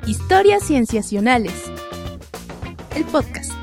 Historias Cienciacionales. El podcast.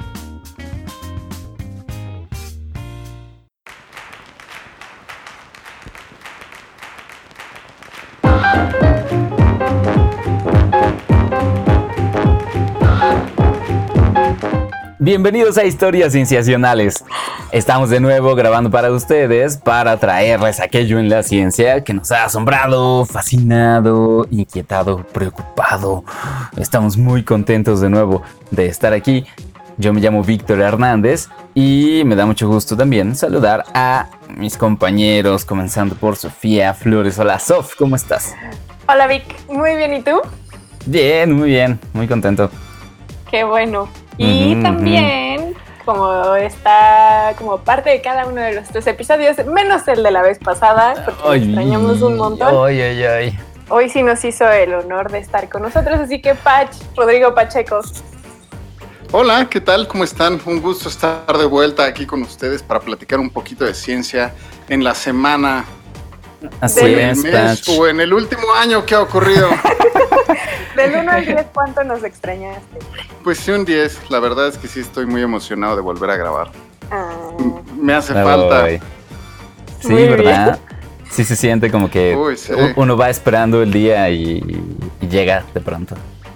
Bienvenidos a Historias Cienciacionales. Estamos de nuevo grabando para ustedes para traerles aquello en la ciencia que nos ha asombrado, fascinado, inquietado, preocupado. Estamos muy contentos de nuevo de estar aquí. Yo me llamo Víctor Hernández y me da mucho gusto también saludar a mis compañeros, comenzando por Sofía Flores. Hola Sof, ¿cómo estás? Hola Vic, muy bien, ¿y tú? Bien, muy contento. Qué bueno. Y también, como está como parte de cada uno de los 3 episodios, menos el de la vez pasada, porque lo extrañamos un montón. Hoy sí nos hizo el honor de estar con nosotros, así que Rodrigo Pacheco. Hola, ¿qué tal? ¿Cómo están? Un gusto estar de vuelta aquí con ustedes para platicar un poquito de ciencia en la semana, Así en es, el mes Patch. o en el último año que ha ocurrido. Del 1 al 10, ¿cuánto nos extrañaste? Pues sí, un 10. La verdad es que sí estoy muy emocionado de volver a grabar. Me hace Ay. falta. Sí, Muy ¿verdad? Sí se siente como que Sí. uno va esperando el día y llega de pronto.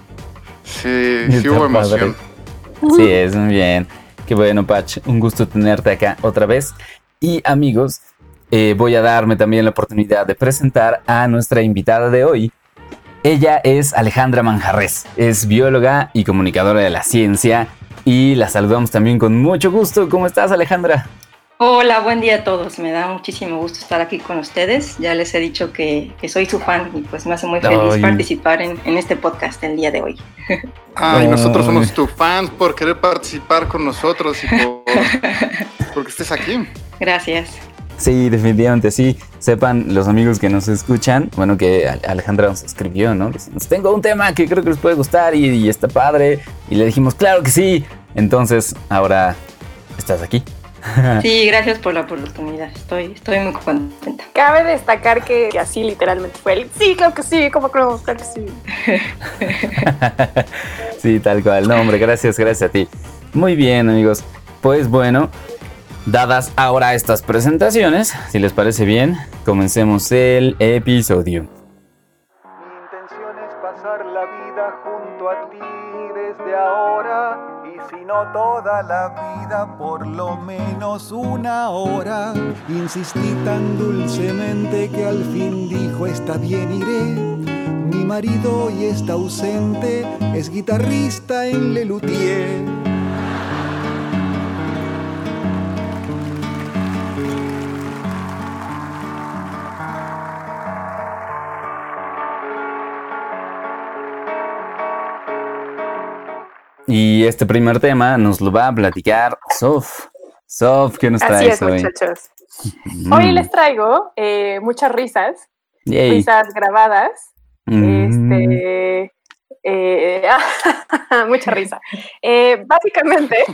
Sí Está hubo padre. emoción. Sí, es muy bien. Qué bueno, Patch. Un gusto tenerte acá otra vez. Y amigos, voy a darme también la oportunidad de presentar a nuestra invitada de hoy. Ella es Alejandra Manjarrés. Es bióloga y comunicadora de la ciencia. Y la saludamos también con mucho gusto. ¿Cómo estás, Alejandra? Hola, buen día a todos. Me da muchísimo gusto estar aquí con ustedes. Ya les he dicho que soy su fan y pues me hace muy feliz participar en este podcast el día de hoy. Ay, nosotros somos tus fans por querer participar con nosotros y porque estés aquí. Gracias. Sí, definitivamente sí. Sepan los amigos que nos escuchan, bueno, que Alejandra nos escribió, ¿no? Decimos, tengo un tema que creo que les puede gustar y está padre. Y le dijimos, claro que sí. Entonces, ahora estás aquí. Sí, gracias por la oportunidad. Estoy muy contenta. Cabe destacar que así literalmente fue el sí, claro que sí, ¿cómo creo? Claro que sí. Sí, tal cual. No, hombre, gracias a ti. Muy bien, amigos. Pues bueno, dadas ahora estas presentaciones, si les parece bien, comencemos el episodio. Mi intención es pasar la vida junto a ti desde ahora, y si no toda la vida, por lo menos una hora. Insistí tan dulcemente que al fin dijo está bien, iré. Mi marido hoy está ausente, es guitarrista en Lelutier. Y este primer tema nos lo va a platicar Sof. Sof, ¿qué nos Así traes es, hoy? muchachos. Hoy les traigo muchas risas. Yay. Risas grabadas. Mucha risa. Básicamente.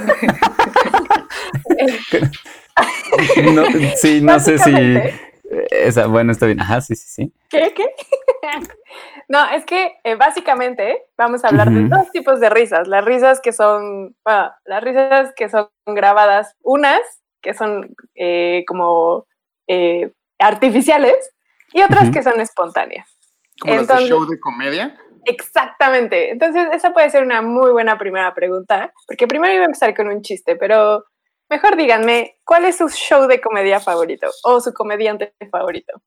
No sé si. Bueno, está bien. Ajá, sí. ¿Qué? No, es que básicamente vamos a hablar de 2 tipos de risas. Las risas que son grabadas, unas que son como artificiales y otras que son espontáneas. ¿Como las de show de comedia? Exactamente. Entonces, esa puede ser una muy buena primera pregunta, porque primero iba a empezar con un chiste, pero mejor díganme, ¿cuál es su show de comedia favorito o su comediante favorito?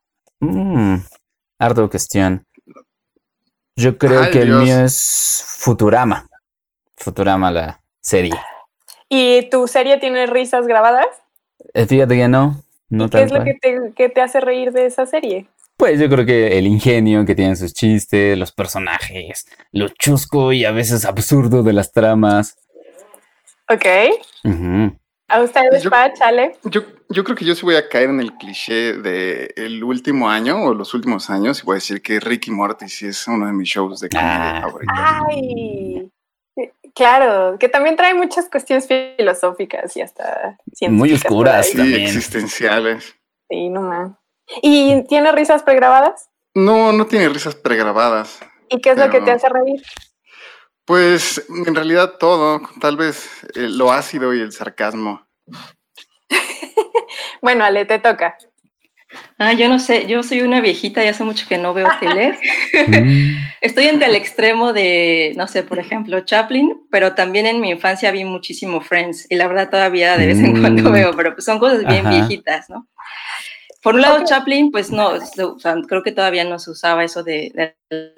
Harto cuestión. Yo creo que Dios. el mío es Futurama. Futurama, la serie. ¿Y tu serie tiene risas grabadas? Fíjate que no. ¿Y qué es lo que te hace reír de esa serie? Pues yo creo que el ingenio que tienen sus chistes, los personajes, lo chusco y a veces absurdo de las tramas. Ok. ¿A ustedes, Chale? Yo creo que yo sí voy a caer en el cliché de el último año o los últimos años y voy a decir que Rick y Morty sí es uno de mis shows de comedia favoritos. ¡Ay! Claro, que también trae muchas cuestiones filosóficas y hasta científicas. Muy oscuras también. Existenciales. Sí, no más. ¿Y tiene risas pregrabadas? No tiene risas pregrabadas. ¿Y qué es lo que te hace reír? Pues en realidad todo, tal vez lo ácido y el sarcasmo. Bueno, Ale, te toca. Yo no sé, yo soy una viejita y hace mucho que no veo tele. Estoy entre el extremo de, no sé, por ejemplo, Chaplin, pero también en mi infancia vi muchísimo Friends y la verdad todavía de vez en cuando veo, pero pues son cosas bien viejitas, ¿no? Por un lado, Chaplin, pues no, o sea, creo que todavía no se usaba eso de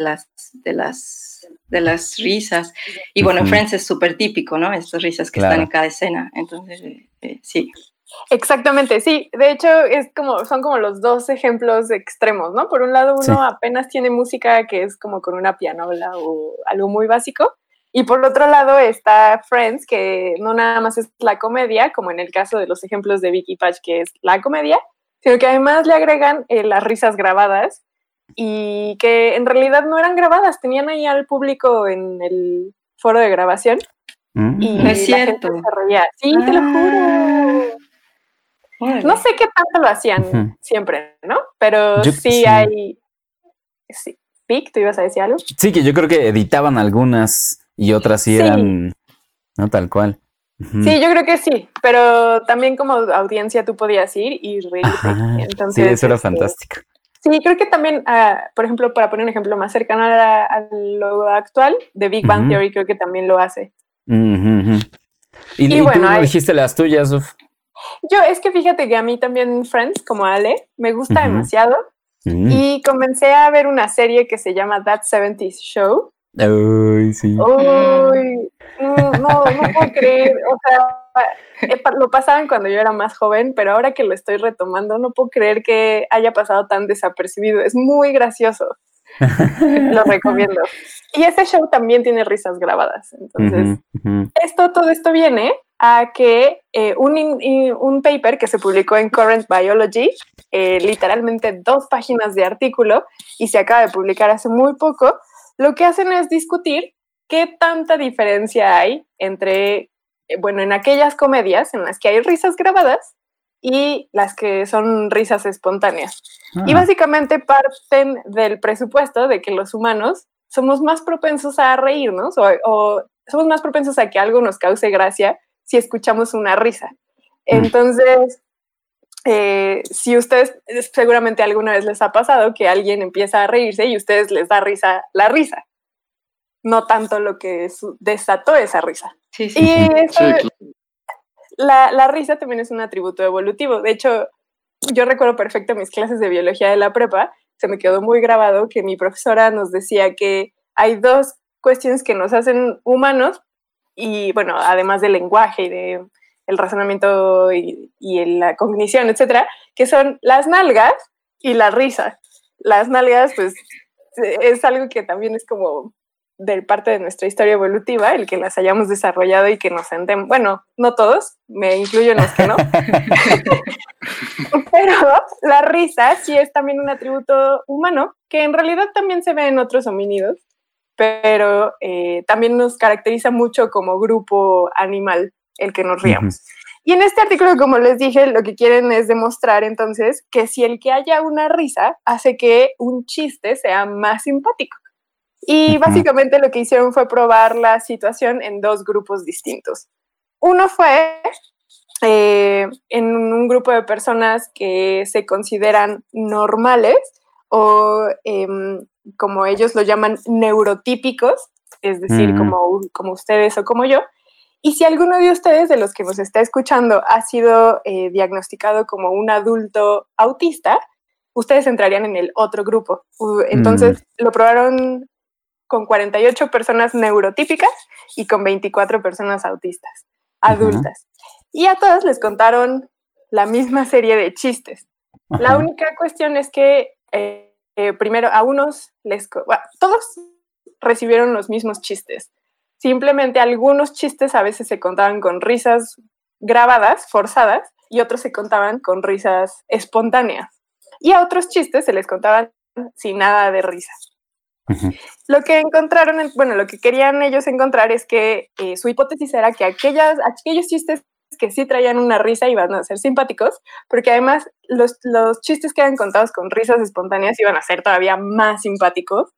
las risas. Y bueno, en Friends es súper típico, ¿no? Estas risas que están en cada escena. Entonces, sí. Exactamente, sí. De hecho, son como los dos ejemplos extremos, ¿no? Por un lado, uno apenas tiene música que es como con una pianola o algo muy básico. Y por otro lado está Friends, que no nada más es la comedia, como en el caso de los ejemplos de Vicky Patch, que es la comedia, sino que además le agregan las risas grabadas y que en realidad no eran grabadas, tenían ahí al público en el foro de grabación y no es cierto. La gente se reía. Sí, te lo juro. Bueno. No sé qué tanto lo hacían siempre, ¿no? Pero sí hay... Sí. Vic, ¿tú ibas a decir algo? Sí, que yo creo que editaban algunas y otras sí eran, no tal cual. Sí, yo creo que sí, pero también como audiencia tú podías ir y reírte. Entonces, sí, eso era fantástico. Sí, creo que también, por ejemplo, para poner un ejemplo más cercano a lo actual, de Big Bang Theory creo que también lo hace. ¿Y bueno, tú no dijiste las tuyas, Uf? Yo, es que fíjate que a mí también Friends, como Ale, me gusta demasiado. Y comencé a ver una serie que se llama That 70's Show. Uy, sí. Uy, no puedo creer. O sea, lo pasaban cuando yo era más joven, pero ahora que lo estoy retomando, no puedo creer que haya pasado tan desapercibido. Es muy gracioso. Lo recomiendo. Y ese show también tiene risas grabadas. Entonces, todo esto viene a que un paper que se publicó en Current Biology, literalmente 2 páginas de artículo, y se acaba de publicar hace muy poco, lo que hacen es discutir qué tanta diferencia hay entre, en aquellas comedias en las que hay risas grabadas y las que son risas espontáneas. Y básicamente parten del presupuesto de que los humanos somos más propensos a reírnos o somos más propensos a que algo nos cause gracia si escuchamos una risa. Entonces, si ustedes, seguramente alguna vez les ha pasado que alguien empieza a reírse y a ustedes les da risa la risa, no tanto lo que desató esa risa. Sí. Y eso, la risa también es un atributo evolutivo. De hecho, yo recuerdo perfecto mis clases de biología de la prepa, se me quedó muy grabado que mi profesora nos decía que hay 2 cuestiones que nos hacen humanos y, bueno, además del lenguaje y de el razonamiento y la cognición, etcétera, que son las nalgas y la risa. Las nalgas, pues, es algo que también es como de parte de nuestra historia evolutiva, el que las hayamos desarrollado y que nos senten, bueno, no todos, me incluyo en los que no, pero la risa sí es también un atributo humano, que en realidad también se ve en otros homínidos, pero también nos caracteriza mucho como grupo animal el que nos riamos. Y en este artículo, como les dije, lo que quieren es demostrar entonces que si el que haya una risa hace que un chiste sea más simpático. Y básicamente lo que hicieron fue probar la situación en 2 grupos distintos. Uno fue en un grupo de personas que se consideran normales o como ellos lo llaman neurotípicos, es decir, como ustedes o como yo. Y si alguno de ustedes, de los que nos está escuchando, ha sido diagnosticado como un adulto autista, ustedes entrarían en el otro grupo. Entonces lo probaron con 48 personas neurotípicas y con 24 personas autistas, adultas. Y a todas les contaron la misma serie de chistes. La única cuestión es que primero a unos todos recibieron los mismos chistes. Simplemente algunos chistes a veces se contaban con risas grabadas, forzadas, y otros se contaban con risas espontáneas. Y a otros chistes se les contaban sin nada de risa. Lo que encontraron, lo que querían ellos encontrar es que su hipótesis era que aquellos chistes que sí traían una risa iban a ser simpáticos, porque además los chistes que eran contados con risas espontáneas iban a ser todavía más simpáticos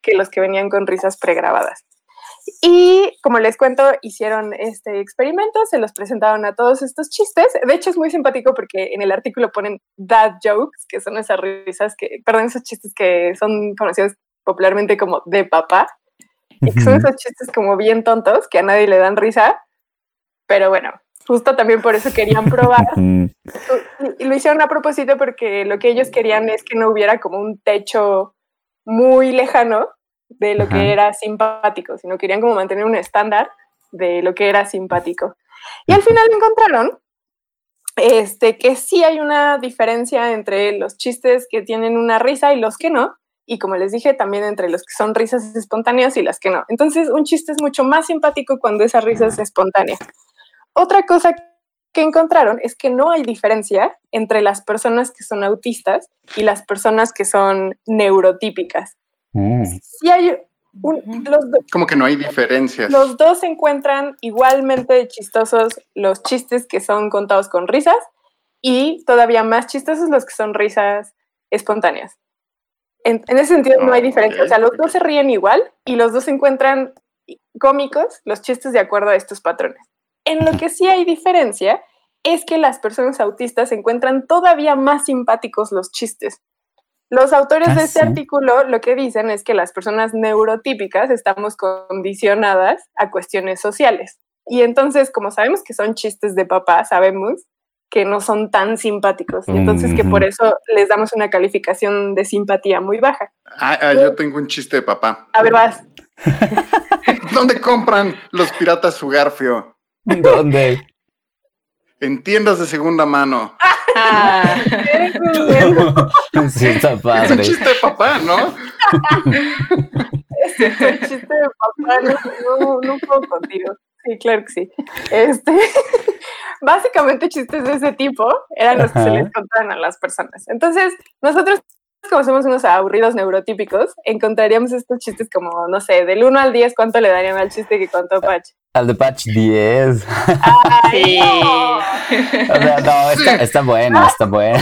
que los que venían con risas pregrabadas. Y como les cuento, hicieron este experimento, se los presentaron a todos estos chistes. De hecho, es muy simpático porque en el artículo ponen dad jokes, que son esas risas esos chistes que son conocidos popularmente como de papá, y que son esos chistes como bien tontos que a nadie le dan risa. Pero bueno, justo también por eso querían probar. Y lo hicieron a propósito porque lo que ellos querían es que no hubiera como un techo muy lejano de lo que era simpático, sino querían como mantener un estándar de lo que era simpático. Y al final encontraron que sí hay una diferencia entre los chistes que tienen una risa y los que no, y como les dije, también entre los que son risas espontáneas y las que no. Entonces, un chiste es mucho más simpático cuando esa risa es espontánea. Otra cosa que encontraron es que no hay diferencia entre las personas que son autistas y las personas que son neurotípicas. Sí hay ¿Cómo que no hay diferencias? Los dos se encuentran igualmente chistosos los chistes que son contados con risas y todavía más chistosos los que son risas espontáneas. En ese sentido no hay diferencia. O sea, los dos se ríen igual y los dos se encuentran cómicos los chistes de acuerdo a estos patrones. En lo que sí hay diferencia es que las personas autistas encuentran todavía más simpáticos los chistes. Los autores de este artículo lo que dicen es que las personas neurotípicas estamos condicionadas a cuestiones sociales. Y entonces, como sabemos que son chistes de papá, sabemos que no son tan simpáticos. Y entonces que por eso les damos una calificación de simpatía muy baja. Yo tengo un chiste de papá. A ver, vas. ¿Dónde compran los piratas su garfio? ¿Dónde? En tiendas de segunda mano. Sí, está padre. Es un chiste de papá, ¿no? Es un chiste de papá, no puedo contigo. Sí, claro que sí. Básicamente chistes de ese tipo eran los que se les contaban a las personas. Entonces, nosotros, como somos unos aburridos neurotípicos, encontraríamos estos chistes como, no sé, del 1 al 10, ¿cuánto le darían al chiste que contó Patch? Al de Patch 10. ¡Ay, no! O sea, no, está bueno, está bueno.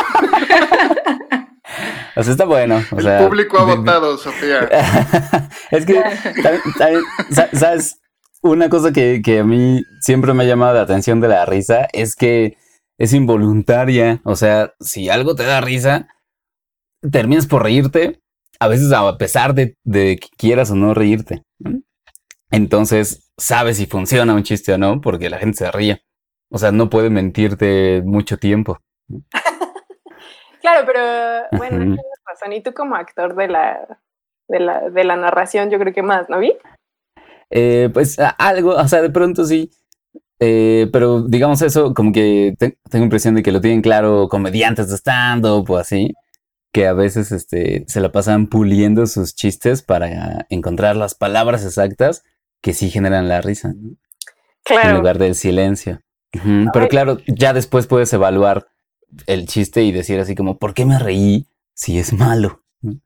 O sea, está bueno. O sea, el público ha votado, Sofía. Es que, también, ¿sabes? Una cosa que a mí siempre me ha llamado la atención de la risa es que es involuntaria. O sea, si algo te da risa, terminas por reírte, a veces a pesar de que quieras o no reírte. Entonces, sabes si funciona un chiste o no, porque la gente se ríe. O sea, no puede mentirte mucho tiempo. Claro, pero bueno, tienes razón. Y tú como actor de la narración, yo creo que más, ¿no vi? Pues algo, o sea, de pronto sí. Pero digamos eso, como que tengo impresión de que lo tienen claro comediantes de stand-up o así, que a veces se la pasan puliendo sus chistes para encontrar las palabras exactas que sí generan la risa, ¿no? Claro. En lugar del silencio. Pero claro, ya después puedes evaluar el chiste y decir así como, ¿por qué me reí si es malo?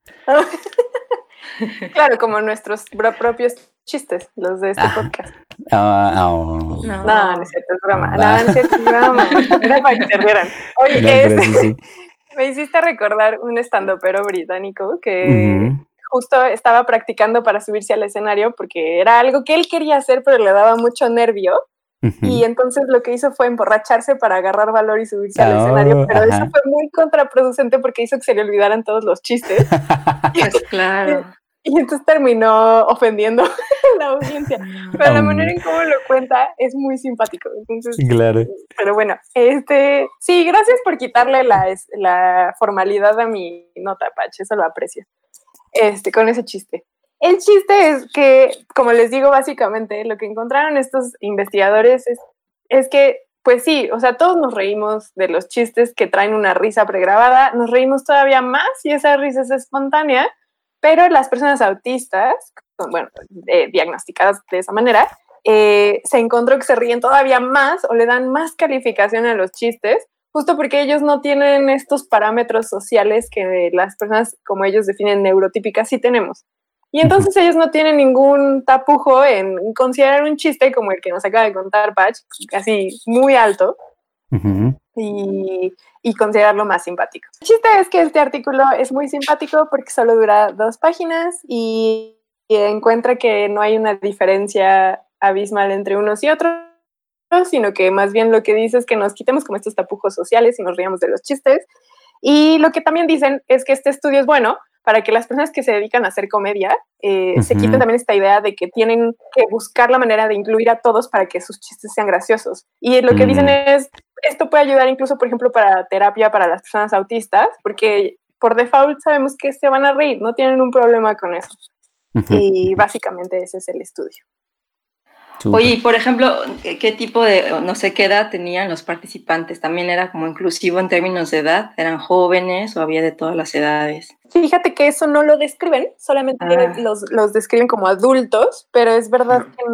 Claro, como nuestros propios chistes, los de este podcast. No, no es cierto, es broma. No es cierto, es broma. Era para que se rieran. Oye, sí. Me hiciste recordar un stand-upero británico que justo estaba practicando para subirse al escenario porque era algo que él quería hacer, pero le daba mucho nervio. Y entonces lo que hizo fue emborracharse para agarrar valor y subirse al escenario, pero eso fue muy contraproducente porque hizo que se le olvidaran todos los chistes. Pues claro. Y entonces terminó ofendiendo a la audiencia. Pero la manera en cómo lo cuenta es muy simpático. Entonces, claro. Pero bueno, sí, gracias por quitarle la formalidad a mi nota, Patch. Eso lo aprecio. Con ese chiste. El chiste es que, como les digo, básicamente lo que encontraron estos investigadores es que, pues sí, o sea, todos nos reímos de los chistes que traen una risa pregrabada, nos reímos todavía más si esa risa es espontánea, pero las personas autistas, bueno, diagnosticadas de esa manera, se encontró que se ríen todavía más o le dan más calificación a los chistes, justo porque ellos no tienen estos parámetros sociales que las personas, como ellos definen, neurotípicas, sí tenemos. Y entonces ellos no tienen ningún tapujo en considerar un chiste como el que nos acaba de contar Patch, así muy alto, y considerarlo más simpático. El chiste es que este artículo es muy simpático porque solo dura 2 páginas y encuentra que no hay una diferencia abismal entre unos y otros, sino que más bien lo que dice es que nos quitemos como estos tapujos sociales y nos riamos de los chistes. Y lo que también dicen es que este estudio es bueno para que las personas que se dedican a hacer comedia se quiten también esta idea de que tienen que buscar la manera de incluir a todos para que sus chistes sean graciosos. Y lo que dicen es, esto puede ayudar incluso, por ejemplo, para terapia para las personas autistas, porque por default sabemos que se van a reír, no tienen un problema con eso. Y básicamente ese es el estudio. Oye, y por ejemplo, ¿qué tipo de, no sé qué edad tenían los participantes? ¿También era como inclusivo en términos de edad? ¿Eran jóvenes o había de todas las edades? Fíjate que eso no lo describen, solamente los describen como adultos, pero es verdad que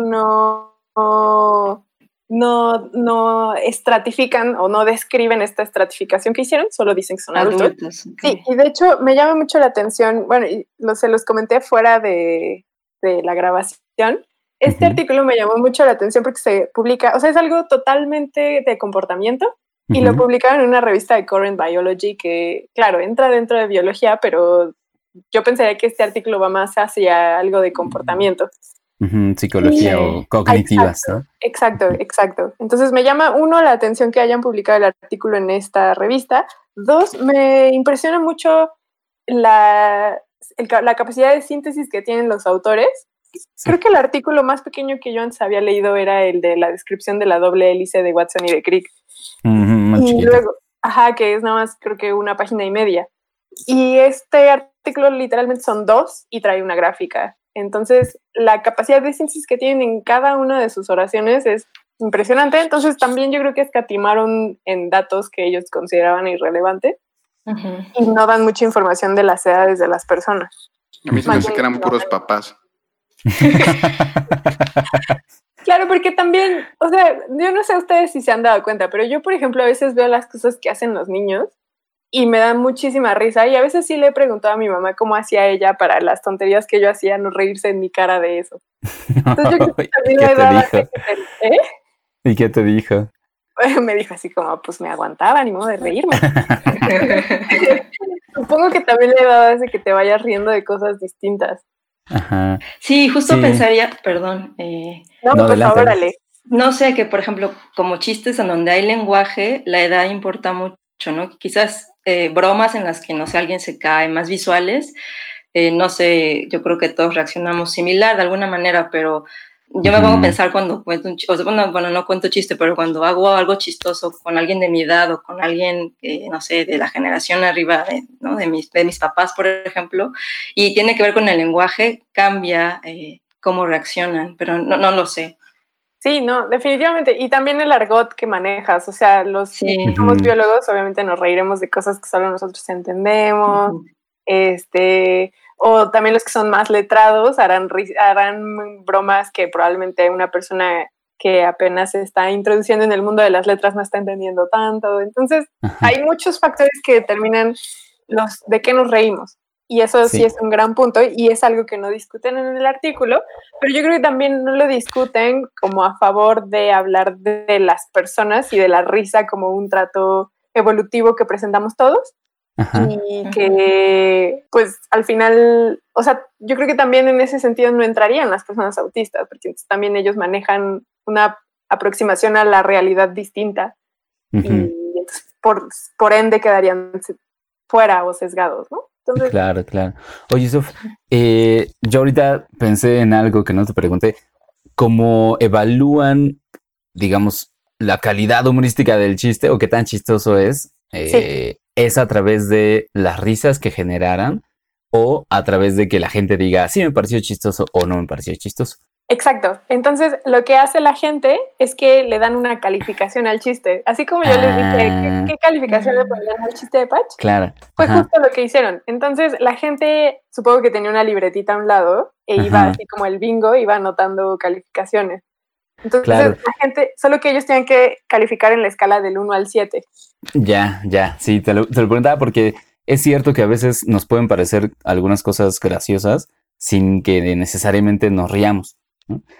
no estratifican o no describen esta estratificación que hicieron, solo dicen que son adultos. Okay. Sí, y de hecho me llama mucho la atención, bueno, se los comenté fuera de la grabación. Este artículo me llamó mucho la atención porque se publica, o sea, es algo totalmente de comportamiento y lo publicaron en una revista de Current Biology que, claro, entra dentro de biología, pero yo pensaría que este artículo va más hacia algo de comportamiento. Psicología o cognitivas, exacto, ¿no? Exacto. Entonces me llama, 1, la atención que hayan publicado el artículo en esta revista. 2, me impresiona mucho la capacidad de síntesis que tienen los autores. Creo que el artículo más pequeño que yo antes había leído era el de la descripción de la doble hélice de Watson y de Crick. Y luego, que es nada más creo que 1 página y media. Y este artículo literalmente son 2 y trae una gráfica. Entonces, la capacidad de síntesis que tienen en cada una de sus oraciones es impresionante. Entonces, también yo creo que escatimaron en datos que ellos consideraban irrelevantes y no dan mucha información de las edades de las personas. A mí se me hace que eran puros papás. Claro, porque también, o sea, yo no sé ustedes si se han dado cuenta, pero yo, por ejemplo, a veces veo las cosas que hacen los niños y me dan muchísima risa y a veces sí le he preguntado a mi mamá cómo hacía ella para las tonterías que yo hacía, no reírse en mi cara de eso. Entonces yo creo que también ¿Qué te dijo? ¿Y qué te dijo? Me dijo así como, pues me aguantaba, ni modo de reírme. Supongo que también le he dado ese que te vayas riendo de cosas distintas. Sí, justo pensaría, perdón. No, por favor, dale. No sé, que por ejemplo, como chistes en donde hay lenguaje, la edad importa mucho, ¿no? Quizás bromas en las que, no sé, alguien se cae, más visuales, no sé, yo creo que todos reaccionamos similar de alguna manera, pero yo me pongo a pensar cuando cuento un chiste, o sea, bueno, no cuento chiste, pero cuando hago algo chistoso con alguien de mi edad o con alguien, no sé, de la generación arriba, ¿no? de mis papás, por ejemplo, y tiene que ver con el lenguaje, cambia cómo reaccionan, pero no lo sé. Sí, no, definitivamente. Y también el argot que manejas, o sea, los que somos biólogos, obviamente nos reiremos de cosas que solo nosotros entendemos, o también los que son más letrados harán bromas que probablemente una persona que apenas se está introduciendo en el mundo de las letras no está entendiendo tanto. Entonces, hay muchos factores que determinan de qué nos reímos. Y eso sí es un gran punto y es algo que no discuten en el artículo, pero yo creo que también no lo discuten como a favor de hablar de las personas y de la risa como un trato evolutivo que presentamos todos. Y que, pues, al final, o sea, yo creo que también en ese sentido no entrarían las personas autistas, porque entonces también ellos manejan una aproximación a la realidad distinta y entonces, por ende quedarían fuera o sesgados, ¿no? Entonces, Claro. Oye, Sof, yo ahorita pensé en algo que no te pregunté. ¿Cómo evalúan, digamos, la calidad humorística del chiste o qué tan chistoso es? ¿Es a través de las risas que generaran o a través de que la gente diga, sí me pareció chistoso o no me pareció chistoso? Exacto. Entonces, lo que hace la gente es que le dan una calificación al chiste. Así como yo les dije, ¿qué calificación le ponían al chiste de Patch? Claro. Fue justo lo que hicieron. Entonces, la gente, supongo que tenía una libretita a un lado e iba así como el bingo, iba anotando calificaciones. Entonces, la gente, solo que ellos tenían que calificar en la escala del 1 al 7. Ya. Sí, te lo preguntaba porque es cierto que a veces nos pueden parecer algunas cosas graciosas sin que necesariamente nos riamos, ¿no?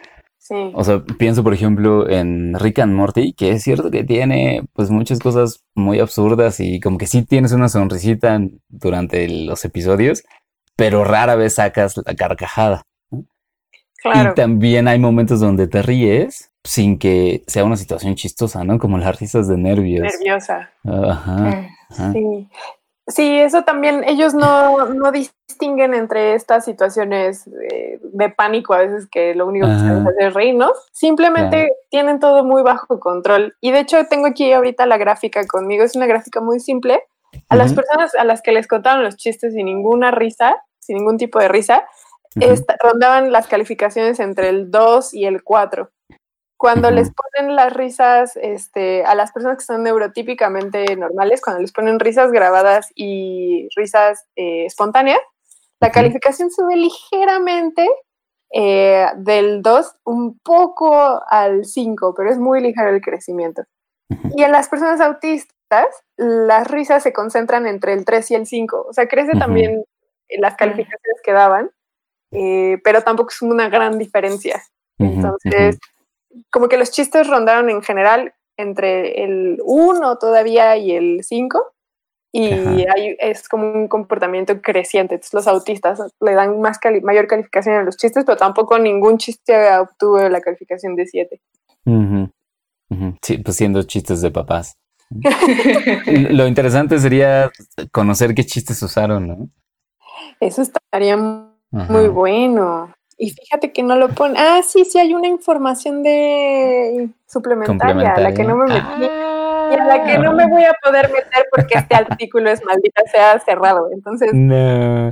Sí. O sea, pienso, por ejemplo, en Rick and Morty, que es cierto que tiene pues muchas cosas muy absurdas y como que sí tienes una sonrisita durante los episodios, pero rara vez sacas la carcajada, ¿no? Claro. Y también hay momentos donde te ríes sin que sea una situación chistosa, ¿no? Como las risas de nervios. Nerviosa. Ajá. Sí. Sí, eso también, ellos no distinguen entre estas situaciones de pánico a veces que lo único que saben hacer es reírnos. Simplemente tienen todo muy bajo control. Y de hecho tengo aquí ahorita la gráfica conmigo, es una gráfica muy simple. A las personas a las que les contaron los chistes sin ninguna risa, sin ningún tipo de risa, rondaban las calificaciones entre el 2 y el 4. Cuando les ponen las risas, a las personas que son neurotípicamente normales, cuando les ponen risas grabadas y risas espontáneas, la calificación sube ligeramente del 2 un poco al 5, pero es muy ligero el crecimiento. Y en las personas autistas, las risas se concentran entre el 3 y el 5. O sea, crece también las calificaciones que daban, pero tampoco es una gran diferencia. Entonces, como que los chistes rondaron en general entre el 1 todavía y el 5, y es como un comportamiento creciente. Entonces los autistas le dan mayor calificación a los chistes, pero tampoco ningún chiste obtuvo la calificación de 7. Sí, pues siendo chistes de papás. Lo interesante sería conocer qué chistes usaron, ¿no? Eso estaría muy bueno. Y fíjate que no lo pone. Sí, hay una información de suplementaria, a la que no me metí. Y a la que no me voy a poder meter porque este artículo es maldita sea cerrado. Entonces, no.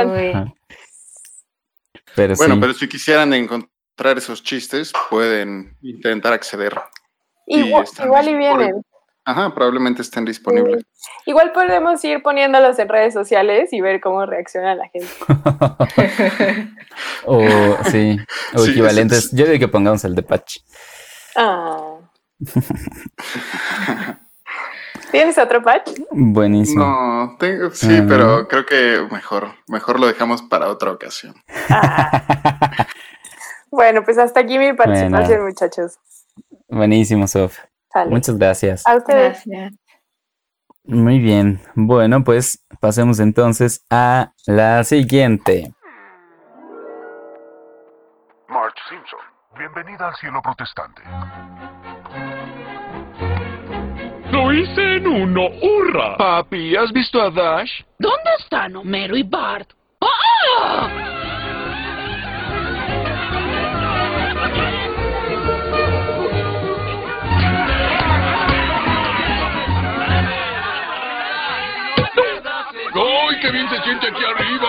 Pero si quisieran encontrar esos chistes, pueden intentar acceder. Igual y vienen. Probablemente estén disponibles. Igual podemos ir poniéndolos en redes sociales y ver cómo reacciona la gente. O equivalentes. Yo digo que pongamos el de Patch. ¿Tienes otro Patch? Buenísimo. No, pero creo que mejor lo dejamos para otra ocasión. Bueno, pues hasta aquí mi participación, muchachos. Buenísimo, Sof. Muchas gracias. A ustedes. Gracias. Muy bien. Bueno, pues pasemos entonces a la siguiente. Marge Simpson, bienvenida al cielo protestante. ¡Lo hice en uno! ¡Hurra! Papi, ¿has visto a Dash? ¿Dónde están Homero y Bart? ¡Ah! ¡Ay, qué bien se siente aquí arriba!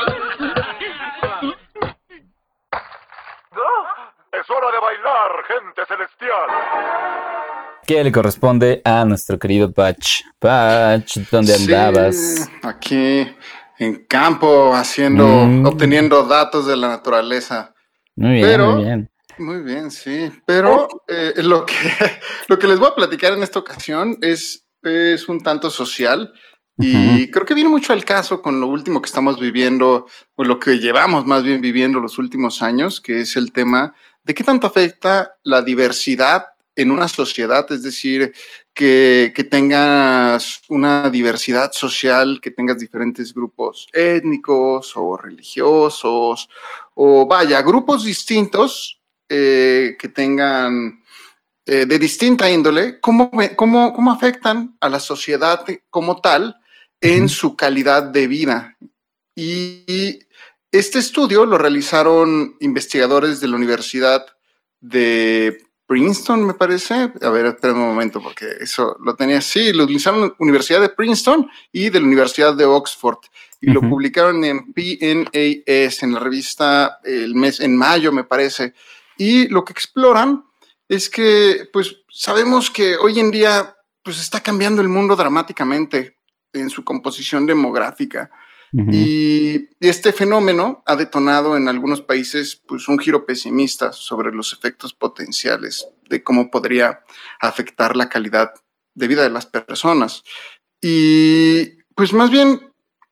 ¡Es hora de bailar, gente celestial! ¿Qué le corresponde a nuestro querido Patch? Patch, ¿dónde andabas? Aquí en campo, obteniendo datos de la naturaleza. Muy bien, muy bien. Muy bien, sí. Pero lo que les voy a platicar en esta ocasión es un tanto social. Y creo que viene mucho al caso con lo último que estamos viviendo, o lo que llevamos más bien viviendo los últimos años, que es el tema de qué tanto afecta la diversidad en una sociedad, es decir, que tengas una diversidad social, que tengas diferentes grupos étnicos o religiosos, o grupos distintos que tengan de distinta índole, cómo afectan a la sociedad como tal en su calidad de vida. Y este estudio lo realizaron investigadores de la Universidad de Princeton, me parece. A ver, espera un momento, porque eso lo tenía así. Lo utilizaron en la Universidad de Princeton y de la Universidad de Oxford. Y lo publicaron en PNAS, en la revista en mayo, me parece. Y lo que exploran es que, pues, sabemos que hoy en día, pues, está cambiando el mundo dramáticamente en su composición demográfica. Y este fenómeno ha detonado en algunos países, pues, un giro pesimista sobre los efectos potenciales de cómo podría afectar la calidad de vida de las personas. Y, pues, más bien,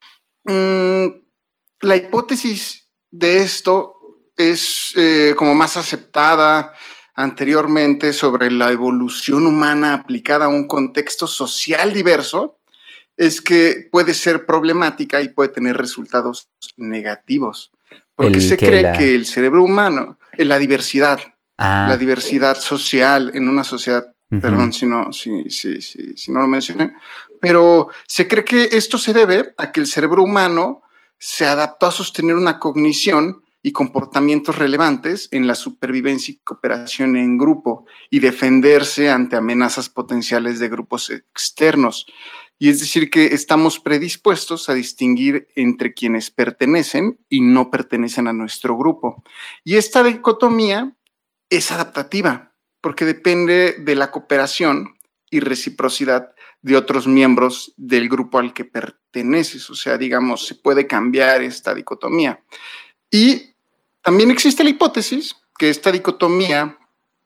la hipótesis de esto es como más aceptada. anteriormente sobre la evolución humana aplicada a un contexto social diverso, es que puede ser problemática y puede tener resultados negativos. Porque se cree que el cerebro humano, la diversidad social en una sociedad, perdón si no lo mencioné, pero se cree que esto se debe a que el cerebro humano se adaptó a sostener una cognición y comportamientos relevantes en la supervivencia y cooperación en grupo y defenderse ante amenazas potenciales de grupos externos. Y es decir, que estamos predispuestos a distinguir entre quienes pertenecen y no pertenecen a nuestro grupo. Y esta dicotomía es adaptativa porque depende de la cooperación y reciprocidad de otros miembros del grupo al que perteneces. O sea, digamos, se puede cambiar esta dicotomía. Y también existe la hipótesis que esta dicotomía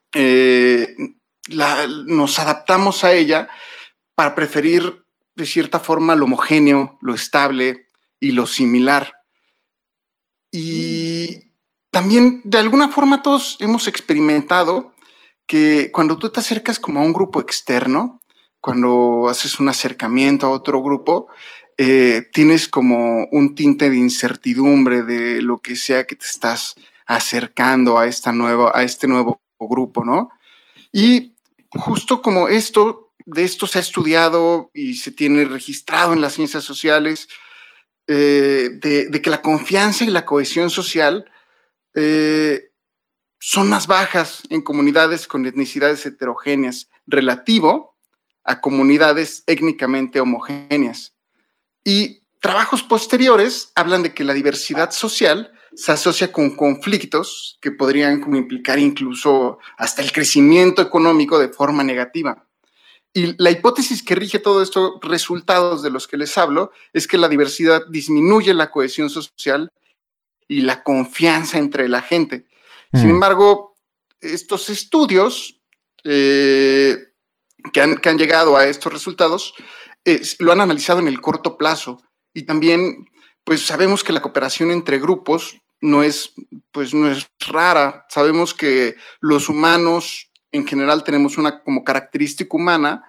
nos adaptamos a ella para preferir de cierta forma lo homogéneo, lo estable y lo similar. Y también de alguna forma todos hemos experimentado que cuando tú te acercas como a un grupo externo, cuando haces un acercamiento a otro grupo, tienes como un tinte de incertidumbre de lo que sea que te estás acercando a este nuevo grupo, ¿no? Y justo como de esto se ha estudiado y se tiene registrado en las ciencias sociales, de que la confianza y la cohesión social son más bajas en comunidades con etnicidades heterogéneas relativo a comunidades étnicamente homogéneas. Y trabajos posteriores hablan de que la diversidad social se asocia con conflictos que podrían como implicar incluso hasta el crecimiento económico de forma negativa. Y la hipótesis que rige todos estos resultados de los que les hablo es que la diversidad disminuye la cohesión social y la confianza entre la gente. Sin embargo, estos estudios que han llegado a estos resultados lo han analizado en el corto plazo y también pues sabemos que la cooperación entre grupos no es rara. Sabemos que los humanos en general tenemos una como característica humana,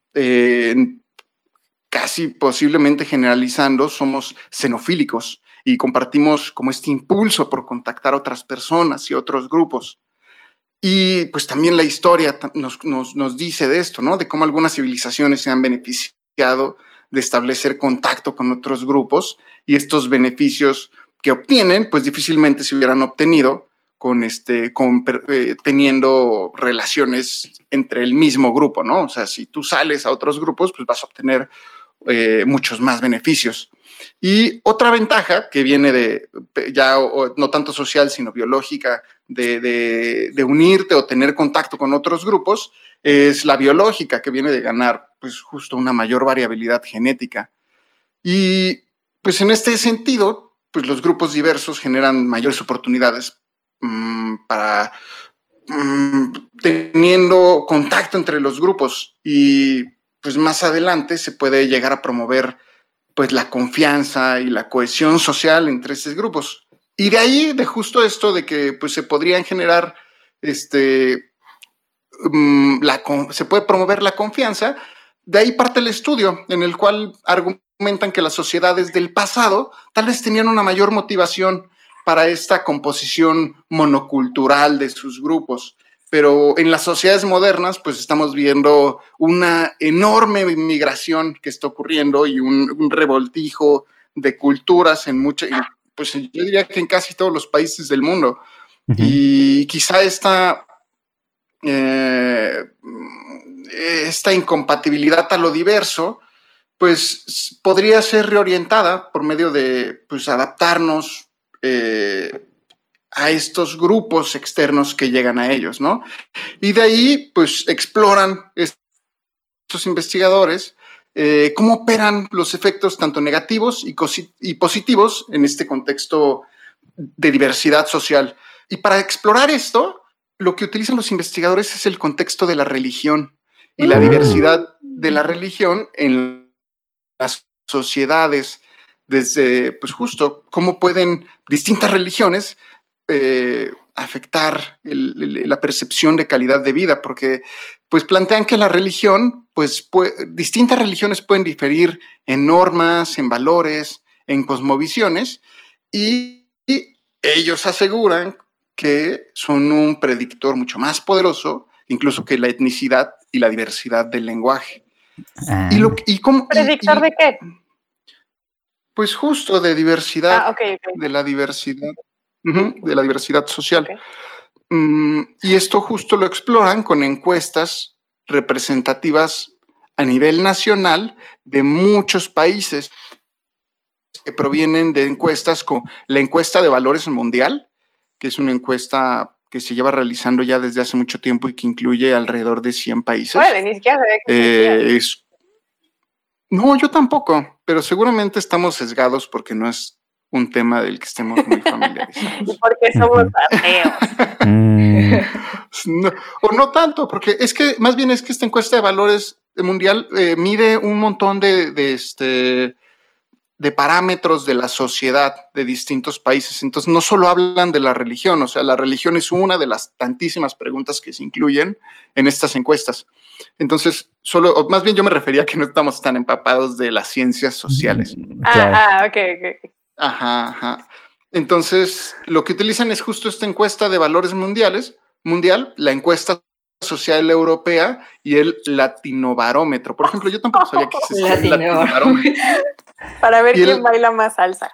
casi posiblemente generalizando, somos xenofílicos y compartimos como este impulso por contactar a otras personas y otros grupos. Y pues también la historia nos dice de esto, ¿no? De cómo algunas civilizaciones se han beneficiado de establecer contacto con otros grupos y estos beneficios que obtienen, pues difícilmente se hubieran obtenido teniendo relaciones entre el mismo grupo, ¿no? O sea, si tú sales a otros grupos, pues vas a obtener muchos más beneficios. Y otra ventaja que viene no tanto social, sino biológica, de unirte o tener contacto con otros grupos, es la biológica, que viene de ganar pues justo una mayor variabilidad genética. Y pues en este sentido, pues los grupos diversos generan mayores oportunidades para teniendo contacto entre los grupos, y pues más adelante se puede llegar a promover pues la confianza y la cohesión social entre estos grupos. Y de ahí, de justo esto de que pues se podrían generar se puede promover la confianza, de ahí parte el estudio en el cual argumentan que las sociedades del pasado tal vez tenían una mayor motivación para esta composición monocultural de sus grupos. Pero en las sociedades modernas, pues estamos viendo una enorme migración que está ocurriendo y un revoltijo de culturas pues yo diría que en casi todos los países del mundo. Uh-huh. Y quizá esta incompatibilidad a lo diverso, pues podría ser reorientada por medio de pues adaptarnos a estos grupos externos que llegan a ellos, ¿no? Y de ahí, pues, exploran estos investigadores cómo operan los efectos tanto negativos y positivos en este contexto de diversidad social. Y para explorar esto, lo que utilizan los investigadores es el contexto de la religión y la diversidad de la religión en las sociedades, desde, pues, justo cómo pueden distintas religiones afectar la percepción de calidad de vida, porque pues plantean que la religión, pues distintas religiones pueden diferir en normas, en valores, en cosmovisiones, y ellos aseguran que son un predictor mucho más poderoso, incluso que la etnicidad y la diversidad del lenguaje. ¿Predictor de qué? Pues justo de diversidad, okay. de la diversidad, de la diversidad social. Okay. Y esto justo lo exploran con encuestas representativas a nivel nacional de muchos países que provienen de encuestas como la encuesta de valores mundial, que es una encuesta que se lleva realizando ya desde hace mucho tiempo y que incluye alrededor de 100 países. Bueno, ni siquiera se ve No, yo tampoco, pero seguramente estamos sesgados porque no es un tema del que estemos muy familiarizados. Y porque somos ateos. O no tanto, porque es que más bien es que esta encuesta de valores mundial mide un montón de parámetros de la sociedad de distintos países. Entonces no solo hablan de la religión, o sea, la religión es una de las tantísimas preguntas que se incluyen en estas encuestas. Entonces, más bien yo me refería a que no estamos tan empapados de las ciencias sociales. Ok. Ajá. Entonces, lo que utilizan es justo esta encuesta de valores mundial, la encuesta social europea y el latinobarómetro. Por ejemplo, yo tampoco sabía que existía el latinobarómetro. Para ver quién baila más salsa.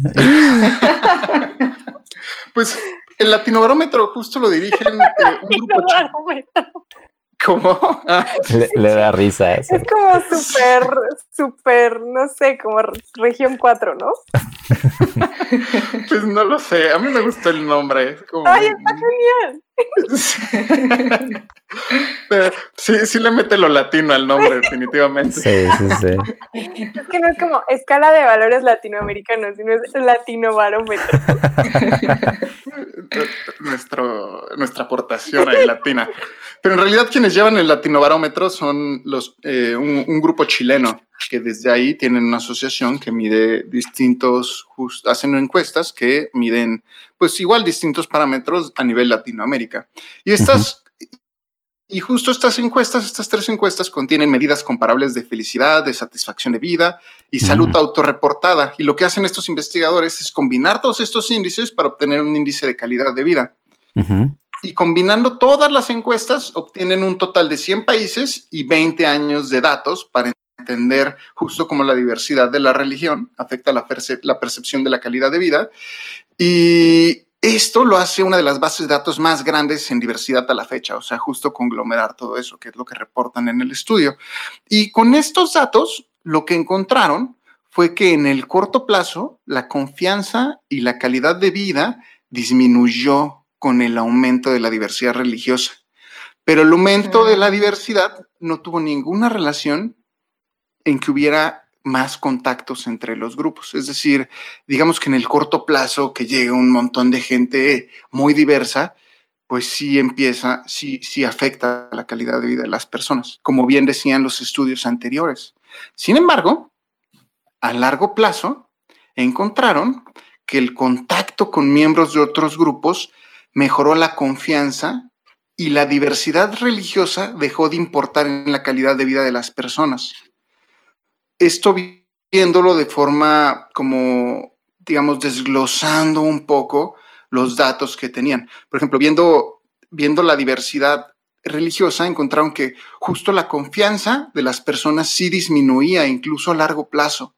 Pues el latinobarómetro justo lo dirigen un grupo. ¿Cómo? Le da risa eso. Es como súper, no sé, como región 4, ¿no? Pues no lo sé, a mí me gustó el nombre. ¡Ay, está genial! Sí le mete lo latino al nombre, definitivamente. Sí. Es que no es como escala de valores latinoamericanos, sino es latinobarómetro. Nuestra aportación ahí latina. Pero en realidad quienes llevan el latinobarómetro son un grupo chileno que desde ahí tienen una asociación que mide hacen encuestas que miden pues igual distintos parámetros a nivel Latinoamérica. Y justo estas tres encuestas contienen medidas comparables de felicidad, de satisfacción de vida y salud autorreportada. Y lo que hacen estos investigadores es combinar todos estos índices para obtener un índice de calidad de vida. Y combinando todas las encuestas, obtienen un total de 100 países y 20 años de datos para entender justo cómo la diversidad de la religión afecta la percepción de la calidad de vida. Y esto lo hace una de las bases de datos más grandes en diversidad a la fecha, o sea, justo conglomerar todo eso, que es lo que reportan en el estudio. Y con estos datos, lo que encontraron fue que en el corto plazo, la confianza y la calidad de vida disminuyó con el aumento de la diversidad religiosa. Pero el aumento de la diversidad no tuvo ninguna relación en que hubiera más contactos entre los grupos. Es decir, digamos que en el corto plazo que llega un montón de gente muy diversa, pues sí afecta la calidad de vida de las personas, como bien decían los estudios anteriores. Sin embargo, a largo plazo encontraron que el contacto con miembros de otros grupos mejoró la confianza y la diversidad religiosa dejó de importar en la calidad de vida de las personas. Esto viéndolo de forma como, digamos, desglosando un poco los datos que tenían. Por ejemplo, viendo la diversidad religiosa, encontraron que justo la confianza de las personas sí disminuía, incluso a largo plazo.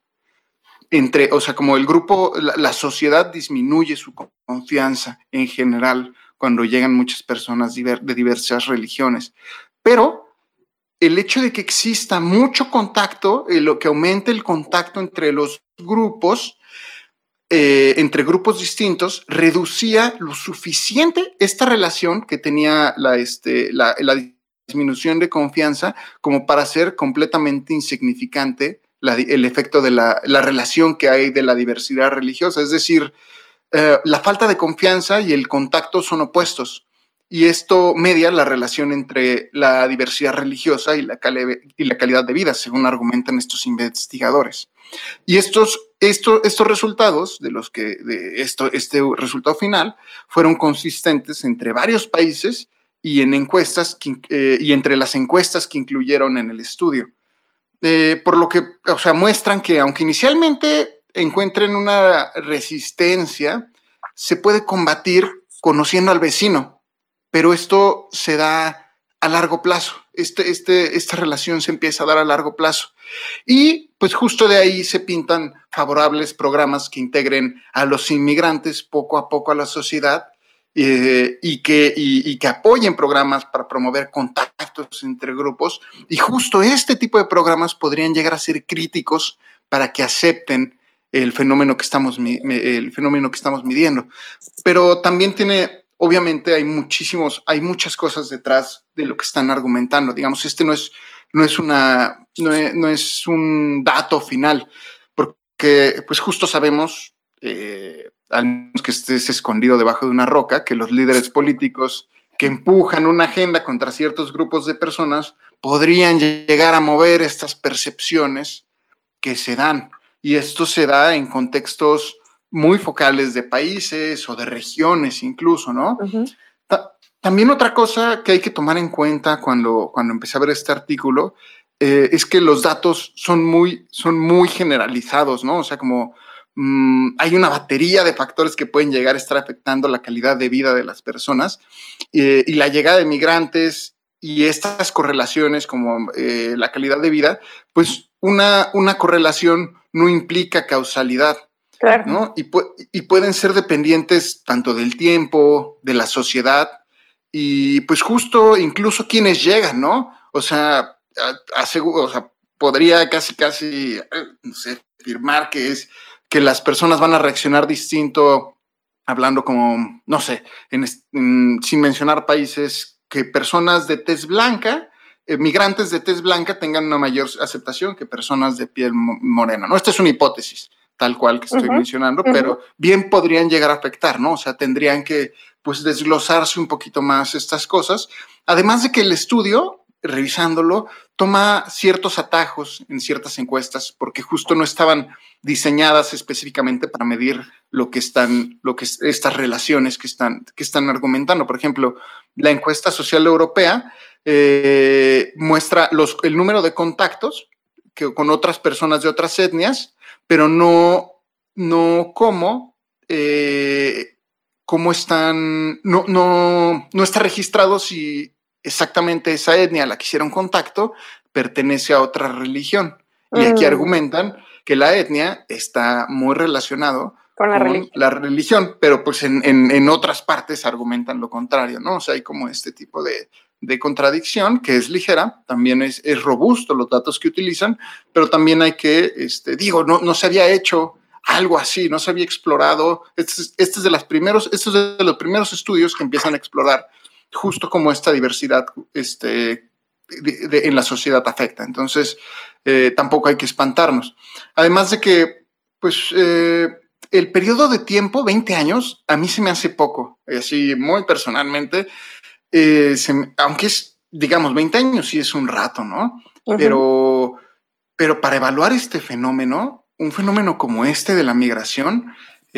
O sea, como el grupo, la sociedad disminuye su confianza en general cuando llegan muchas personas de diversas religiones. Pero el hecho de que exista mucho contacto, lo que aumente el contacto entre los grupos, entre grupos distintos, reducía lo suficiente esta relación que tenía la disminución de confianza como para ser completamente insignificante el efecto de la relación que hay de la diversidad religiosa. Es decir, la falta de confianza y el contacto son opuestos. y esto media la relación entre la diversidad religiosa y la calidad de vida, según argumentan estos investigadores. Y estos resultados, este resultado final, fueron consistentes entre varios países y en encuestas y entre las encuestas que incluyeron en el estudio. Por lo que, muestran que aunque inicialmente encuentren una resistencia, se puede combatir conociendo al vecino, pero esto se da a largo plazo. Esta relación se empieza a dar a largo plazo. Y pues justo de ahí se pintan favorables programas que integren a los inmigrantes poco a poco a la sociedad y que apoyen programas para promover contactos entre grupos. Y justo este tipo de programas podrían llegar a ser críticos para que acepten el fenómeno que estamos midiendo. Pero también obviamente hay muchas cosas detrás de lo que están argumentando. Digamos, no es un dato final, porque pues justo sabemos, al menos que estés escondido debajo de una roca, que los líderes políticos que empujan una agenda contra ciertos grupos de personas podrían llegar a mover estas percepciones que se dan. Y esto se da en contextos muy focales de países o de regiones incluso, ¿no? Uh-huh. También otra cosa que hay que tomar en cuenta cuando empecé a ver este artículo es que los datos son muy generalizados, ¿no? O sea, como hay una batería de factores que pueden llegar a estar afectando la calidad de vida de las personas y la llegada de migrantes y estas correlaciones como la calidad de vida, pues una correlación no implica causalidad. Claro. ¿No? Y pueden ser dependientes tanto del tiempo, de la sociedad y pues justo incluso quienes llegan, ¿no? O sea, podría casi, no sé, afirmar que las personas van a reaccionar distinto hablando como, no sé, sin mencionar países, que personas de tez blanca, migrantes de tez blanca tengan una mayor aceptación que personas de piel morena, ¿no? Esta es una hipótesis tal cual que estoy mencionando, pero bien podrían llegar a afectar, ¿no? O sea, tendrían que, pues, desglosarse un poquito más estas cosas. Además de que el estudio, revisándolo, toma ciertos atajos en ciertas encuestas porque justo no estaban diseñadas específicamente para medir estas relaciones que están argumentando. Por ejemplo, la encuesta social europea muestra el número de contactos con otras personas de otras etnias, pero no cómo están, no está registrado si exactamente esa etnia a la que hicieron contacto pertenece a otra religión. Y aquí argumentan que la etnia está muy relacionado con la religión, pero pues en otras partes argumentan lo contrario, ¿no? O sea, hay como este tipo de contradicción que es ligera, también es robusto los datos que utilizan, pero también hay que, no se había hecho algo así, no se había explorado. Este es de los primeros estudios que empiezan a explorar justo cómo esta diversidad en la sociedad afecta. Entonces, tampoco hay que espantarnos. Además de que, pues, el periodo de tiempo, 20 años, a mí se me hace poco, así muy personalmente. Aunque es, digamos, 20 años sí es un rato, ¿no? Uh-huh. Pero para evaluar este fenómeno, un fenómeno como este de la migración,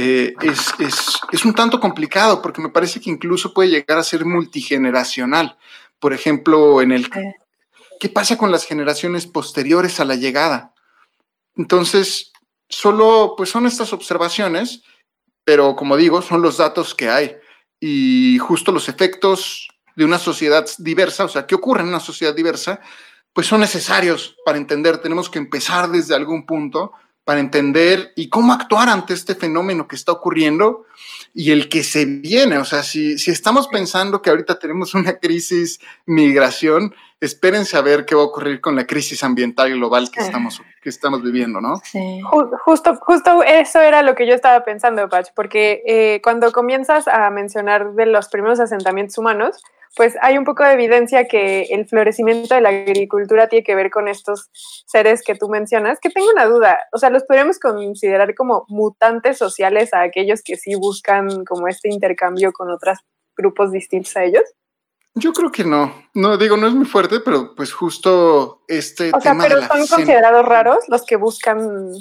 es un tanto complicado porque me parece que incluso puede llegar a ser multigeneracional. Por ejemplo, ¿qué pasa con las generaciones posteriores a la llegada? Entonces, solo pues son estas observaciones, pero como digo, son los datos que hay. Y justo los efectos de una sociedad diversa, o sea, ¿qué ocurre en una sociedad diversa? Pues son necesarios para entender. Tenemos que empezar desde algún punto para entender y cómo actuar ante este fenómeno que está ocurriendo y el que se viene. O sea, si estamos pensando que ahorita tenemos una crisis migración, espérense a ver qué va a ocurrir con la crisis ambiental global que estamos viviendo, ¿no? Sí. Justo eso era lo que yo estaba pensando, Pach, porque cuando comienzas a mencionar de los primeros asentamientos humanos, pues hay un poco de evidencia que el florecimiento de la agricultura tiene que ver con estos seres que tú mencionas, que tengo una duda, o sea, ¿los podríamos considerar como mutantes sociales a aquellos que sí buscan como este intercambio con otras grupos distintos a ellos? Yo creo que no. No, digo, no es muy fuerte, pero pues justo este o sea, tema pero de la ¿son considerados raros los que buscan?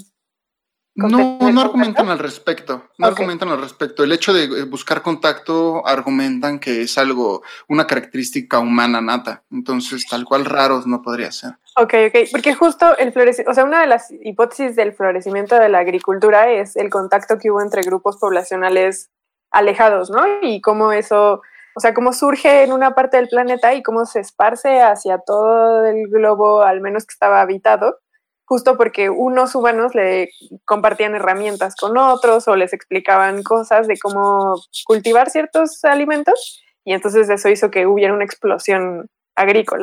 No argumentan al respecto. No Okay. argumentan al respecto. El hecho de buscar contacto argumentan que es algo, una característica humana nata. Entonces, tal cual raros no podría ser. Ok. Porque justo el florecimiento, o sea, una de las hipótesis del florecimiento de la agricultura es el contacto que hubo entre grupos poblacionales alejados, ¿no? Y cómo eso, o sea, cómo surge en una parte del planeta y cómo se esparce hacia todo el globo, al menos que estaba habitado, justo porque unos humanos le compartían herramientas con otros o les explicaban cosas de cómo cultivar ciertos alimentos, y entonces eso hizo que hubiera una explosión agrícola.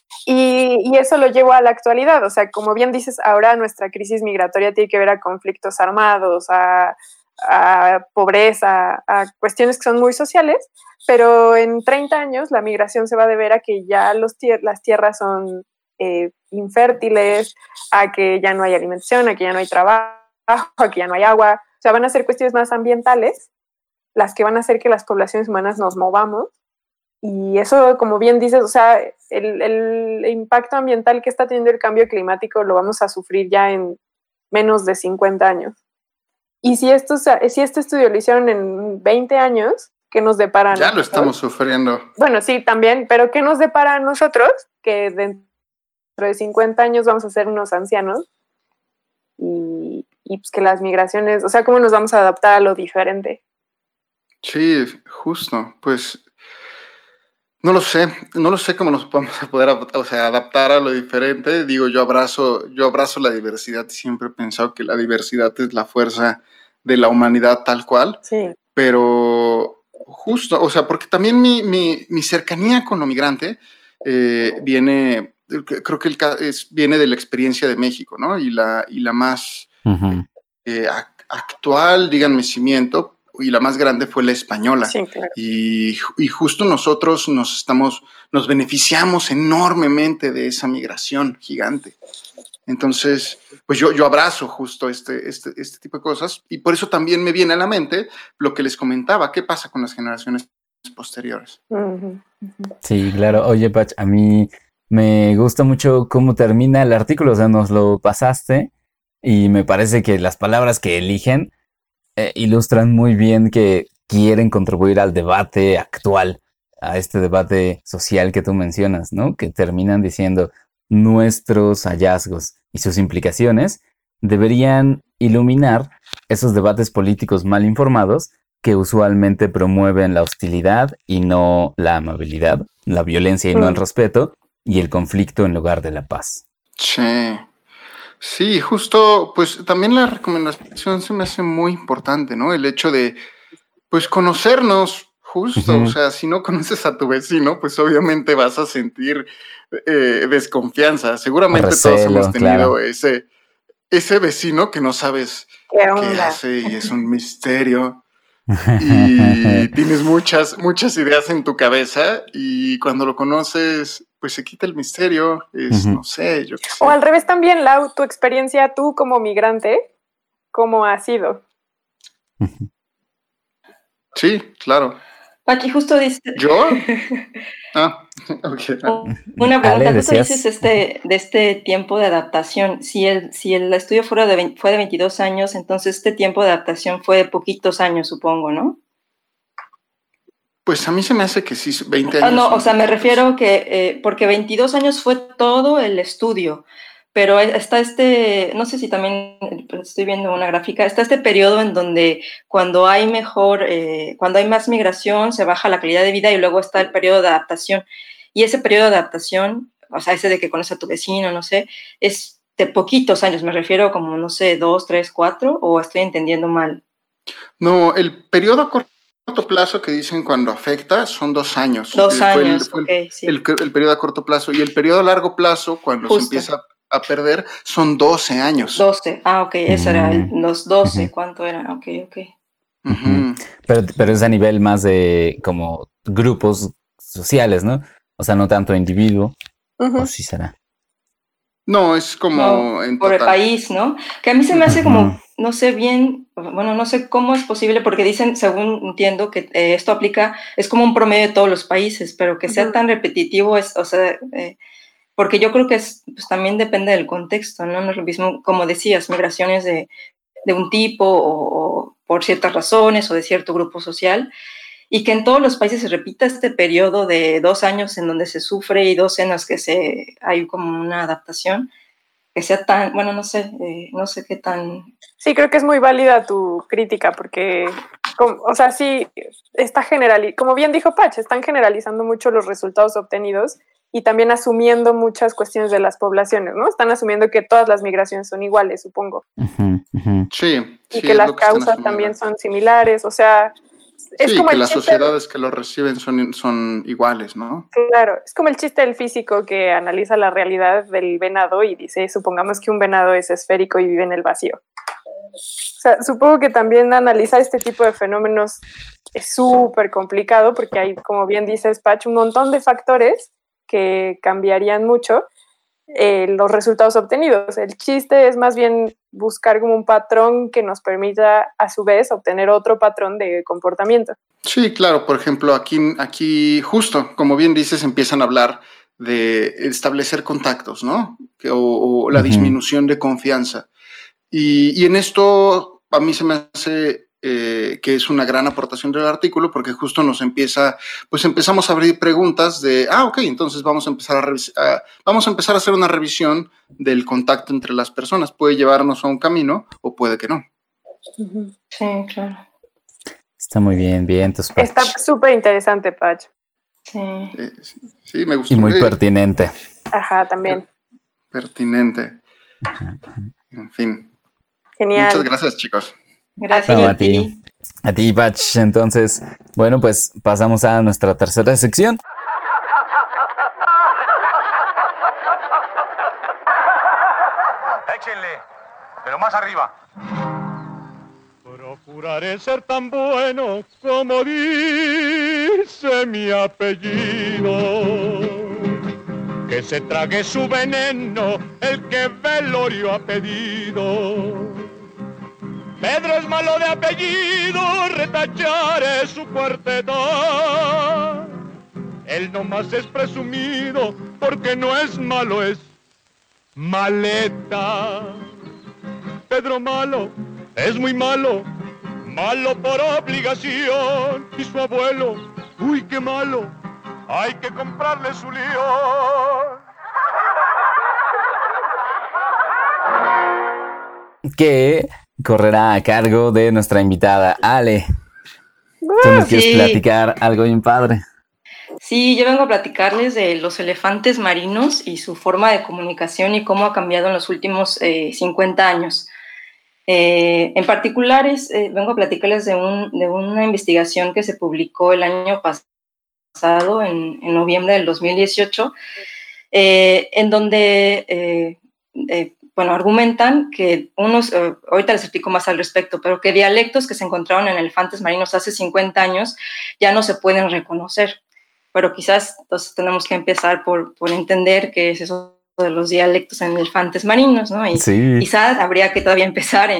Y eso lo llevó a la actualidad. O sea, como bien dices, ahora nuestra crisis migratoria tiene que ver a conflictos armados, a pobreza, a cuestiones que son muy sociales, pero en 30 años la migración se va a deber a que ya las tierras son infértiles, a que ya no hay alimentación, a que ya no hay trabajo, a que ya no hay agua. O sea, van a ser cuestiones más ambientales las que van a hacer que las poblaciones humanas nos movamos. Y eso, como bien dices, o sea, el impacto ambiental que está teniendo el cambio climático lo vamos a sufrir ya en menos de 50 años. Y si este estudio lo hicieron en 20 años, ¿qué nos depara a nosotros? Ya lo estamos sufriendo. Bueno, sí, también, pero ¿qué nos depara a nosotros? Que dentro de 50 años vamos a ser unos ancianos y pues que las migraciones, o sea, ¿cómo nos vamos a adaptar a lo diferente? Sí, justo, pues no lo sé cómo nos vamos a poder adaptar a lo diferente. Digo, yo abrazo la diversidad, siempre he pensado que la diversidad es la fuerza de la humanidad tal cual, sí. Pero justo, o sea, porque también mi cercanía con lo migrante viene, creo que viene de la experiencia de México, ¿no? Y la más actual, díganme si miento, y la más grande fue la española. Sí, claro. Y justo nosotros nos beneficiamos enormemente de esa migración gigante. Entonces, pues yo abrazo justo este tipo de cosas, y por eso también me viene a la mente lo que les comentaba, ¿qué pasa con las generaciones posteriores? Sí, claro. Oye, Pach, a mí me gusta mucho cómo termina el artículo, o sea, nos lo pasaste y me parece que las palabras que eligen ilustran muy bien que quieren contribuir al debate actual, a este debate social que tú mencionas, ¿no? Que terminan diciendo nuestros hallazgos y sus implicaciones deberían iluminar esos debates políticos mal informados que usualmente promueven la hostilidad y no la amabilidad, la violencia y no el respeto, y el conflicto en lugar de la paz. Sí, justo, pues también la recomendación se me hace muy importante, ¿no? El hecho de, pues, conocernos, justo, o sea, si no conoces a tu vecino, pues obviamente vas a sentir desconfianza. Seguramente recelo, todos hemos tenido claro. ese vecino que no sabes qué hace y es un misterio. Y tienes muchas ideas en tu cabeza, y cuando lo conoces, pues se quita el misterio, no sé, yo qué sé. O al revés también, Lau, tu experiencia tú como migrante, ¿cómo ha sido? Sí, claro. Pachi, justo dices... ¿Yo? Okay. Una pregunta, justo dices de este tiempo de adaptación. Si el estudio fue de 22 años, entonces este tiempo de adaptación fue de poquitos años, supongo, ¿no? Pues a mí se me hace que sí, 20 años. No, o sea, me refiero que, porque 22 años fue todo el estudio, pero está no sé si también, estoy viendo una gráfica, está este periodo en donde cuando hay más migración, se baja la calidad de vida, y luego está el periodo de adaptación. Y ese periodo de adaptación, o sea, ese de que conoces a tu vecino, no sé, es de poquitos años, me refiero como, no sé, 2, 3, 4, o estoy entendiendo mal. No, el periodo a corto plazo que dicen cuando afecta son 2 años. 2 años, sí. El periodo a corto plazo, y el periodo a largo plazo, cuando se empieza a perder, son 12 años. 12, ok, eso era los 12, ¿cuánto era? Ok. Pero es a nivel más de como grupos sociales, ¿no? O sea, no tanto individuo, o sí será. No, es como por el país, ¿no? Que a mí se me hace como no sé bien, bueno, no sé cómo es posible, porque dicen, según entiendo, que esto aplica, es como un promedio de todos los países, pero que sea tan repetitivo, porque yo creo que pues también depende del contexto, ¿no? No es lo mismo, como decías, migraciones de un tipo o por ciertas razones o de cierto grupo social, y que en todos los países se repita este periodo de 2 años en donde se sufre y 2 en los que hay como una adaptación, que sea tan, bueno, no sé qué tan... Sí, creo que es muy válida tu crítica porque, o sea, sí, como bien dijo Patch, están generalizando mucho los resultados obtenidos y también asumiendo muchas cuestiones de las poblaciones, ¿no? Están asumiendo que todas las migraciones son iguales, supongo. Sí. Y que las causas también son similares, o sea... Es como que las sociedades que lo reciben son iguales, ¿no? Claro, es como el chiste del físico que analiza la realidad del venado y dice, supongamos que un venado es esférico y vive en el vacío. O sea, supongo que también analizar este tipo de fenómenos es súper complicado porque hay, como bien dices, Patch, un montón de factores que cambiarían mucho los resultados obtenidos. El chiste es más bien buscar como un patrón que nos permita a su vez obtener otro patrón de comportamiento. Sí, claro. Por ejemplo, aquí justo, como bien dices, empiezan a hablar de establecer contactos, ¿no? O la disminución de confianza. Y en esto a mí se me hace que es una gran aportación del artículo porque justo empezamos a abrir preguntas de, ok, entonces vamos a empezar a hacer una revisión del contacto entre las personas. Puede llevarnos a un camino o puede que no. Sí, claro. Está muy bien, Patch. Está súper interesante, Patch. Sí, me gustó. Y muy pertinente. Ajá, también. Pertinente. En fin. Genial. Muchas gracias, chicos. Gracias a ti. A ti, Patch. Entonces, bueno, pues pasamos a nuestra tercera sección. Échenle, pero más arriba. Procuraré ser tan bueno como dice mi apellido. Que se trague su veneno el que velorio ha pedido. Pedro es malo de apellido, retacharé su cuarteta. Él nomás es presumido porque no es malo, es maleta. Pedro malo, es muy malo, malo por obligación. Y su abuelo, uy, qué malo, hay que comprarle su león. Que correrá a cargo de nuestra invitada, Ale. ¿Tú nos quieres platicar algo bien padre? Sí, yo vengo a platicarles de los elefantes marinos y su forma de comunicación y cómo ha cambiado en los últimos 50 años. En particular, vengo a platicarles de una investigación que se publicó el año pasado, en noviembre del 2018, en donde argumentan que ahorita les explico más al respecto, pero que dialectos que se encontraron en elefantes marinos hace 50 años ya no se pueden reconocer. Pero quizás entonces tenemos que empezar por entender qué es eso de los dialectos en elefantes marinos, ¿no? Y quizás habría que todavía empezar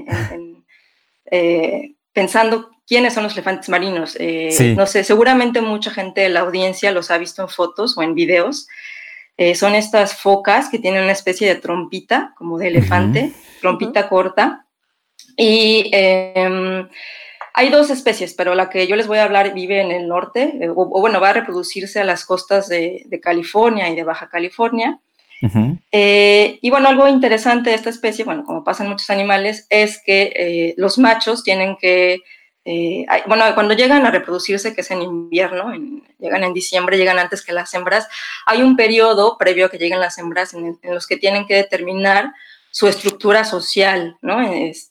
pensando quiénes son los elefantes marinos. No sé, seguramente mucha gente de la audiencia los ha visto en fotos o en videos. Son estas focas que tienen una especie de trompita, como de elefante, trompita corta. Y hay 2 especies, pero la que yo les voy a hablar vive en el norte, va a reproducirse a las costas de California y de Baja California. Y algo interesante de esta especie, como pasa en muchos animales, es que los machos tienen que... cuando llegan a reproducirse, que es en invierno, llegan en diciembre, llegan antes que las hembras, hay un periodo previo a que lleguen las hembras en los que tienen que determinar su estructura social, ¿no?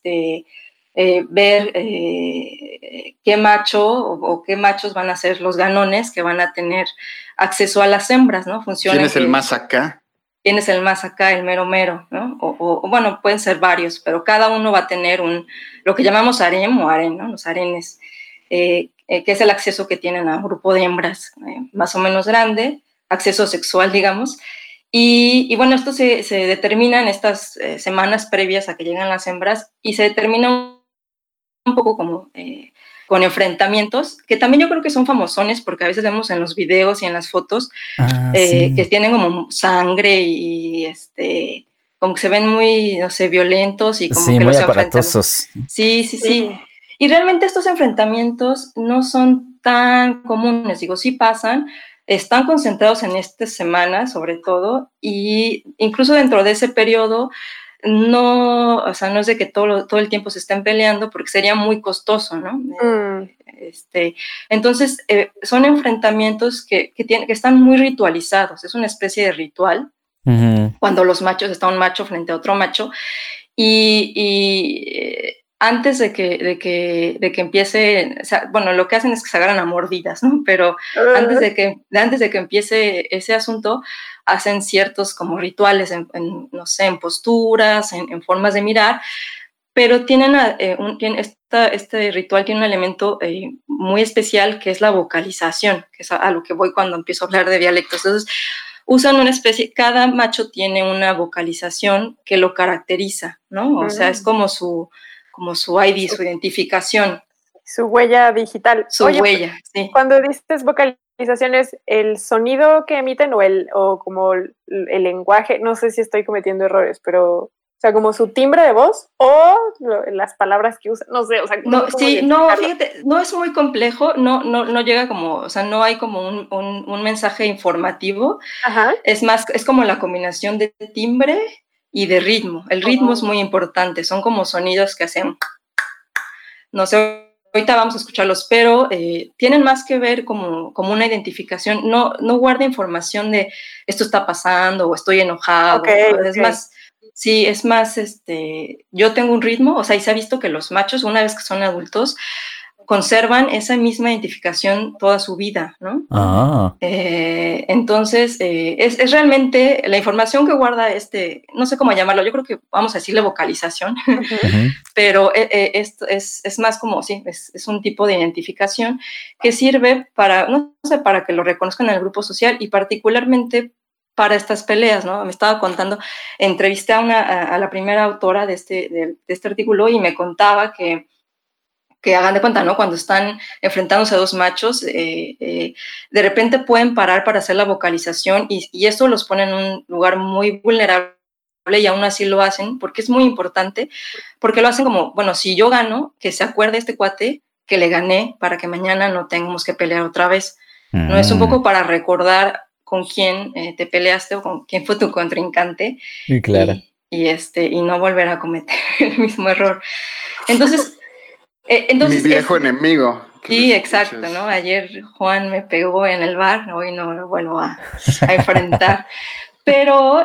Ver qué macho o qué machos van a ser los ganones que van a tener acceso a las hembras, ¿no? ¿Quién es el más acá? ¿Quién es el más acá, el mero mero, ¿no? Pueden ser varios, pero cada uno va a tener lo que llamamos harem o harén, ¿no? Los harenes, que es el acceso que tienen a un grupo de hembras más o menos grande, acceso sexual, digamos, Y bueno, esto se determina en estas semanas previas a que llegan las hembras y se determina un poco como con enfrentamientos, que también yo creo que son famosones porque a veces vemos en los videos y en las fotos sí. que tienen como sangre y como que se ven muy, no sé, violentos y como sí, que muy los aparatosos. Sí. Y realmente estos enfrentamientos no son tan comunes, digo, sí pasan, están concentrados en estas semanas sobre todo, y incluso dentro de ese periodo no, o sea, no es de que todo el tiempo se estén peleando porque sería muy costoso, ¿no? Entonces, son enfrentamientos que están muy ritualizados, es una especie de ritual. Cuando los machos, está un macho frente a otro macho, y antes de que empiece, o sea, bueno, lo que hacen es que se agarran a mordidas, ¿no? Pero antes de que empiece ese asunto, hacen ciertos como rituales, no sé, en posturas, en formas de mirar, pero este ritual tiene un elemento muy especial que es la vocalización, que es a lo que voy cuando empiezo a hablar de dialectos. Entonces, usan una especie, cada macho tiene una vocalización que lo caracteriza, ¿no? O sea, es como su ID, su identificación. Su huella digital. Su huella, sí. Cuando dices vocalización, ¿es el sonido que emiten o como el lenguaje? No sé si estoy cometiendo errores, pero, o sea, como su timbre de voz o las palabras que usan, no sé, o sea, fíjate, no es muy complejo, no llega como, o sea, no hay como un mensaje informativo. Ajá. Es más, es como la combinación de timbre y de ritmo. El ritmo es muy importante, son como sonidos que hacen, no sé, ahorita vamos a escucharlos, pero tienen más que ver como una identificación, no guarda información de esto está pasando o estoy enojado, es más, sí, es más, yo tengo un ritmo, o sea, y se ha visto que los machos, una vez que son adultos, conservan esa misma identificación toda su vida, ¿no? Entonces, es realmente la información que guarda no sé cómo llamarlo, yo creo que vamos a decirle vocalización, pero es más como, sí, es un tipo de identificación que sirve para, no sé, para que lo reconozcan en el grupo social y particularmente para estas peleas, ¿no? Me estaba contando, entrevisté a la primera autora de este artículo y me contaba que hagan de cuenta, ¿no? Cuando están enfrentándose a dos machos, de repente pueden parar para hacer la vocalización y eso los pone en un lugar muy vulnerable y aún así lo hacen porque es muy importante, porque lo hacen como, bueno, si yo gano, que se acuerde este cuate que le gané para que mañana no tengamos que pelear otra vez. No es un poco para recordar con quién te peleaste o con quién fue tu contrincante. Sí, claro. Y no volver a cometer el mismo error. Entonces, mi viejo enemigo. Sí, exacto, ¿no? Ayer Juan me pegó en el bar, hoy no lo vuelvo a enfrentar. Pero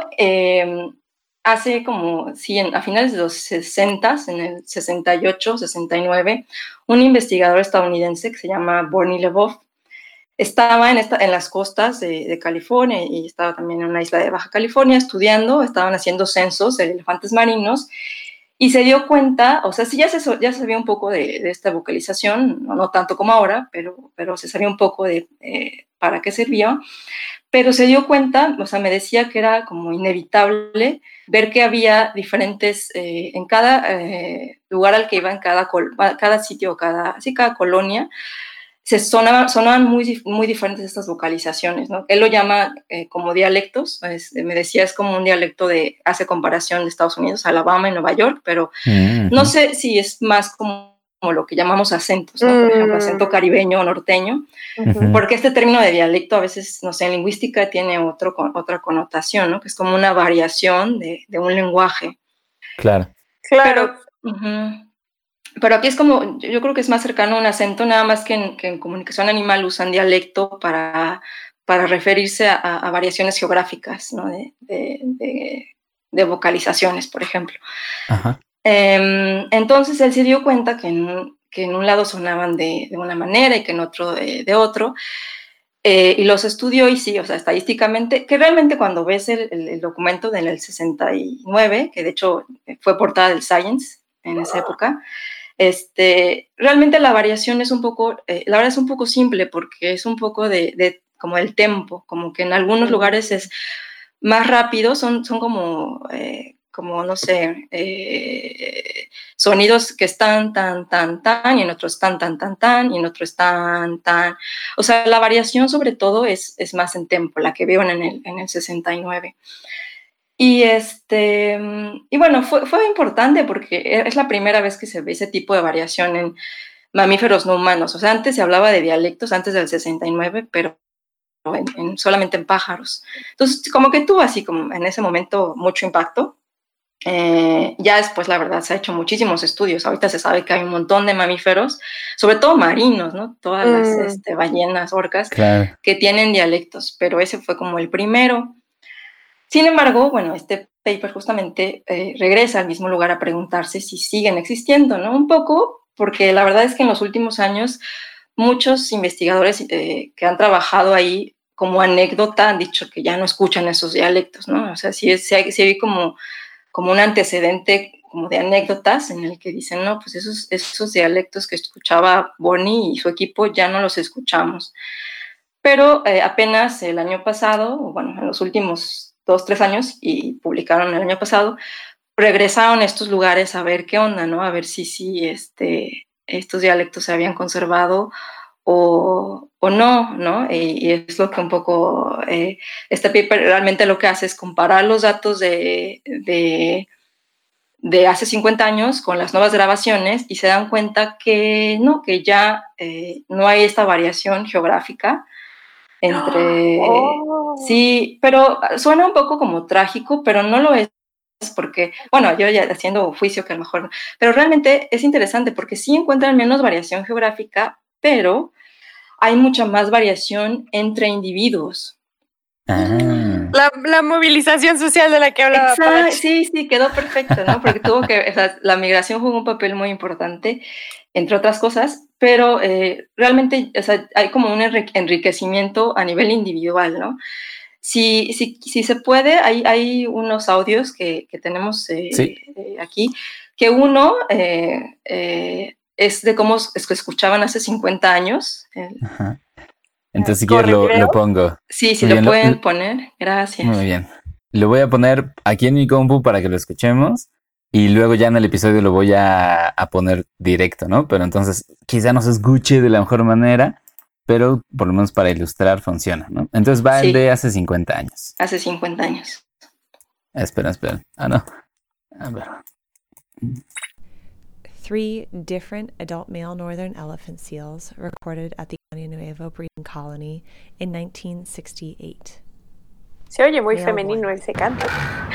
hace como, sí, a finales de los 60, en el 68, 69, un investigador estadounidense que se llama Bonnie Leboeuf estaba en las costas de California y estaba también en una isla de Baja California estudiando, estaban haciendo censos de elefantes marinos. Y se dio cuenta, o sea, sí ya se sabía un poco de esta vocalización, no tanto como ahora, pero se sabía un poco de para qué servía, pero se dio cuenta, o sea, me decía que era como inevitable ver que había diferentes, en cada lugar al que iba, en cada sitio, cada colonia, sonaban muy diferentes estas vocalizaciones, ¿no? Él lo llama como dialectos, me decía, es como un dialecto hace comparación de Estados Unidos, Alabama y Nueva York, pero no sé si es más como lo que llamamos acentos, ¿no? Por ejemplo, acento caribeño o norteño, porque este término de dialecto a veces, no sé, en lingüística tiene otra connotación, ¿no? Que es como una variación de un lenguaje. Claro. Pero aquí es como, yo creo que es más cercano a un acento, nada más que en comunicación animal usan dialecto para referirse a variaciones geográficas, ¿no? de vocalizaciones, por ejemplo. Ajá. Entonces él se dio cuenta que en un lado sonaban de una manera y que en otro de otro, y los estudió y sí, o sea, estadísticamente, que realmente cuando ves el documento del 69, que de hecho fue portada del Science en esa época, realmente la variación es un poco, la verdad es un poco simple porque es un poco como el tempo, como que en algunos lugares es más rápidos, son como, no sé, sonidos que están tan, tan, tan, y en otros tan, tan, tan, tan, y en otros tan, tan. O sea, la variación sobre todo es más en tempo, la que veo en el 69. Y bueno, fue importante porque es la primera vez que se ve ese tipo de variación en mamíferos no humanos. O sea, antes se hablaba de dialectos antes del 69, pero solamente en pájaros. Entonces, como que tuvo así como en ese momento mucho impacto. Ya después, la verdad, se ha hecho muchísimos estudios. Ahorita se sabe que hay un montón de mamíferos, sobre todo marinos, ¿no? Todas las ballenas, orcas, claro, que tienen dialectos, pero ese fue como el primero. Sin embargo, bueno, este paper justamente regresa al mismo lugar a preguntarse si siguen existiendo, ¿no? Un poco, porque la verdad es que en los últimos años muchos investigadores que han trabajado ahí como anécdota han dicho que ya no escuchan esos dialectos, ¿no? O sea, sí hay como un antecedente como de anécdotas en el que dicen, no, pues esos dialectos que escuchaba Bonnie y su equipo ya no los escuchamos. Pero apenas el año pasado, bueno, en los últimos 2-3 años, y publicaron el año pasado, regresaron a estos lugares a ver qué onda, ¿no? A ver si estos dialectos se habían conservado o no, ¿no? Y es lo que un poco este paper realmente lo que hace es comparar los datos de hace 50 años con las nuevas grabaciones y se dan cuenta que no, que ya no hay esta variación geográfica entre... Sí, pero suena un poco como trágico, pero no lo es porque, bueno, yo ya haciendo juicio que a lo mejor, pero realmente es interesante porque sí encuentran menos variación geográfica, pero hay mucha más variación entre individuos. La movilización social de la que hablaba. Sí, quedó perfecto, ¿no? Porque o sea, la migración jugó un papel muy importante, entre otras cosas, pero realmente, o sea, hay como un enriquecimiento a nivel individual, ¿no? Si se puede, hay unos audios que tenemos aquí, que uno es de cómo escuchaban hace 50 años. Ajá. Entonces, si quieres, lo pongo. Sí, si lo pueden poner, gracias. Muy bien. Lo voy a poner aquí en mi compu para que lo escuchemos y luego ya en el episodio lo voy a poner directo, ¿no? Pero entonces quizá no se escuche de la mejor manera, pero por lo menos para ilustrar funciona, ¿no? Entonces va el de hace 50 años. Hace 50 años. Espera. Ah, no. A ver. 3 different adult male northern elephant seals recorded at the Año Nuevo breeding colony in 1968. Se oye muy femenino ese canto.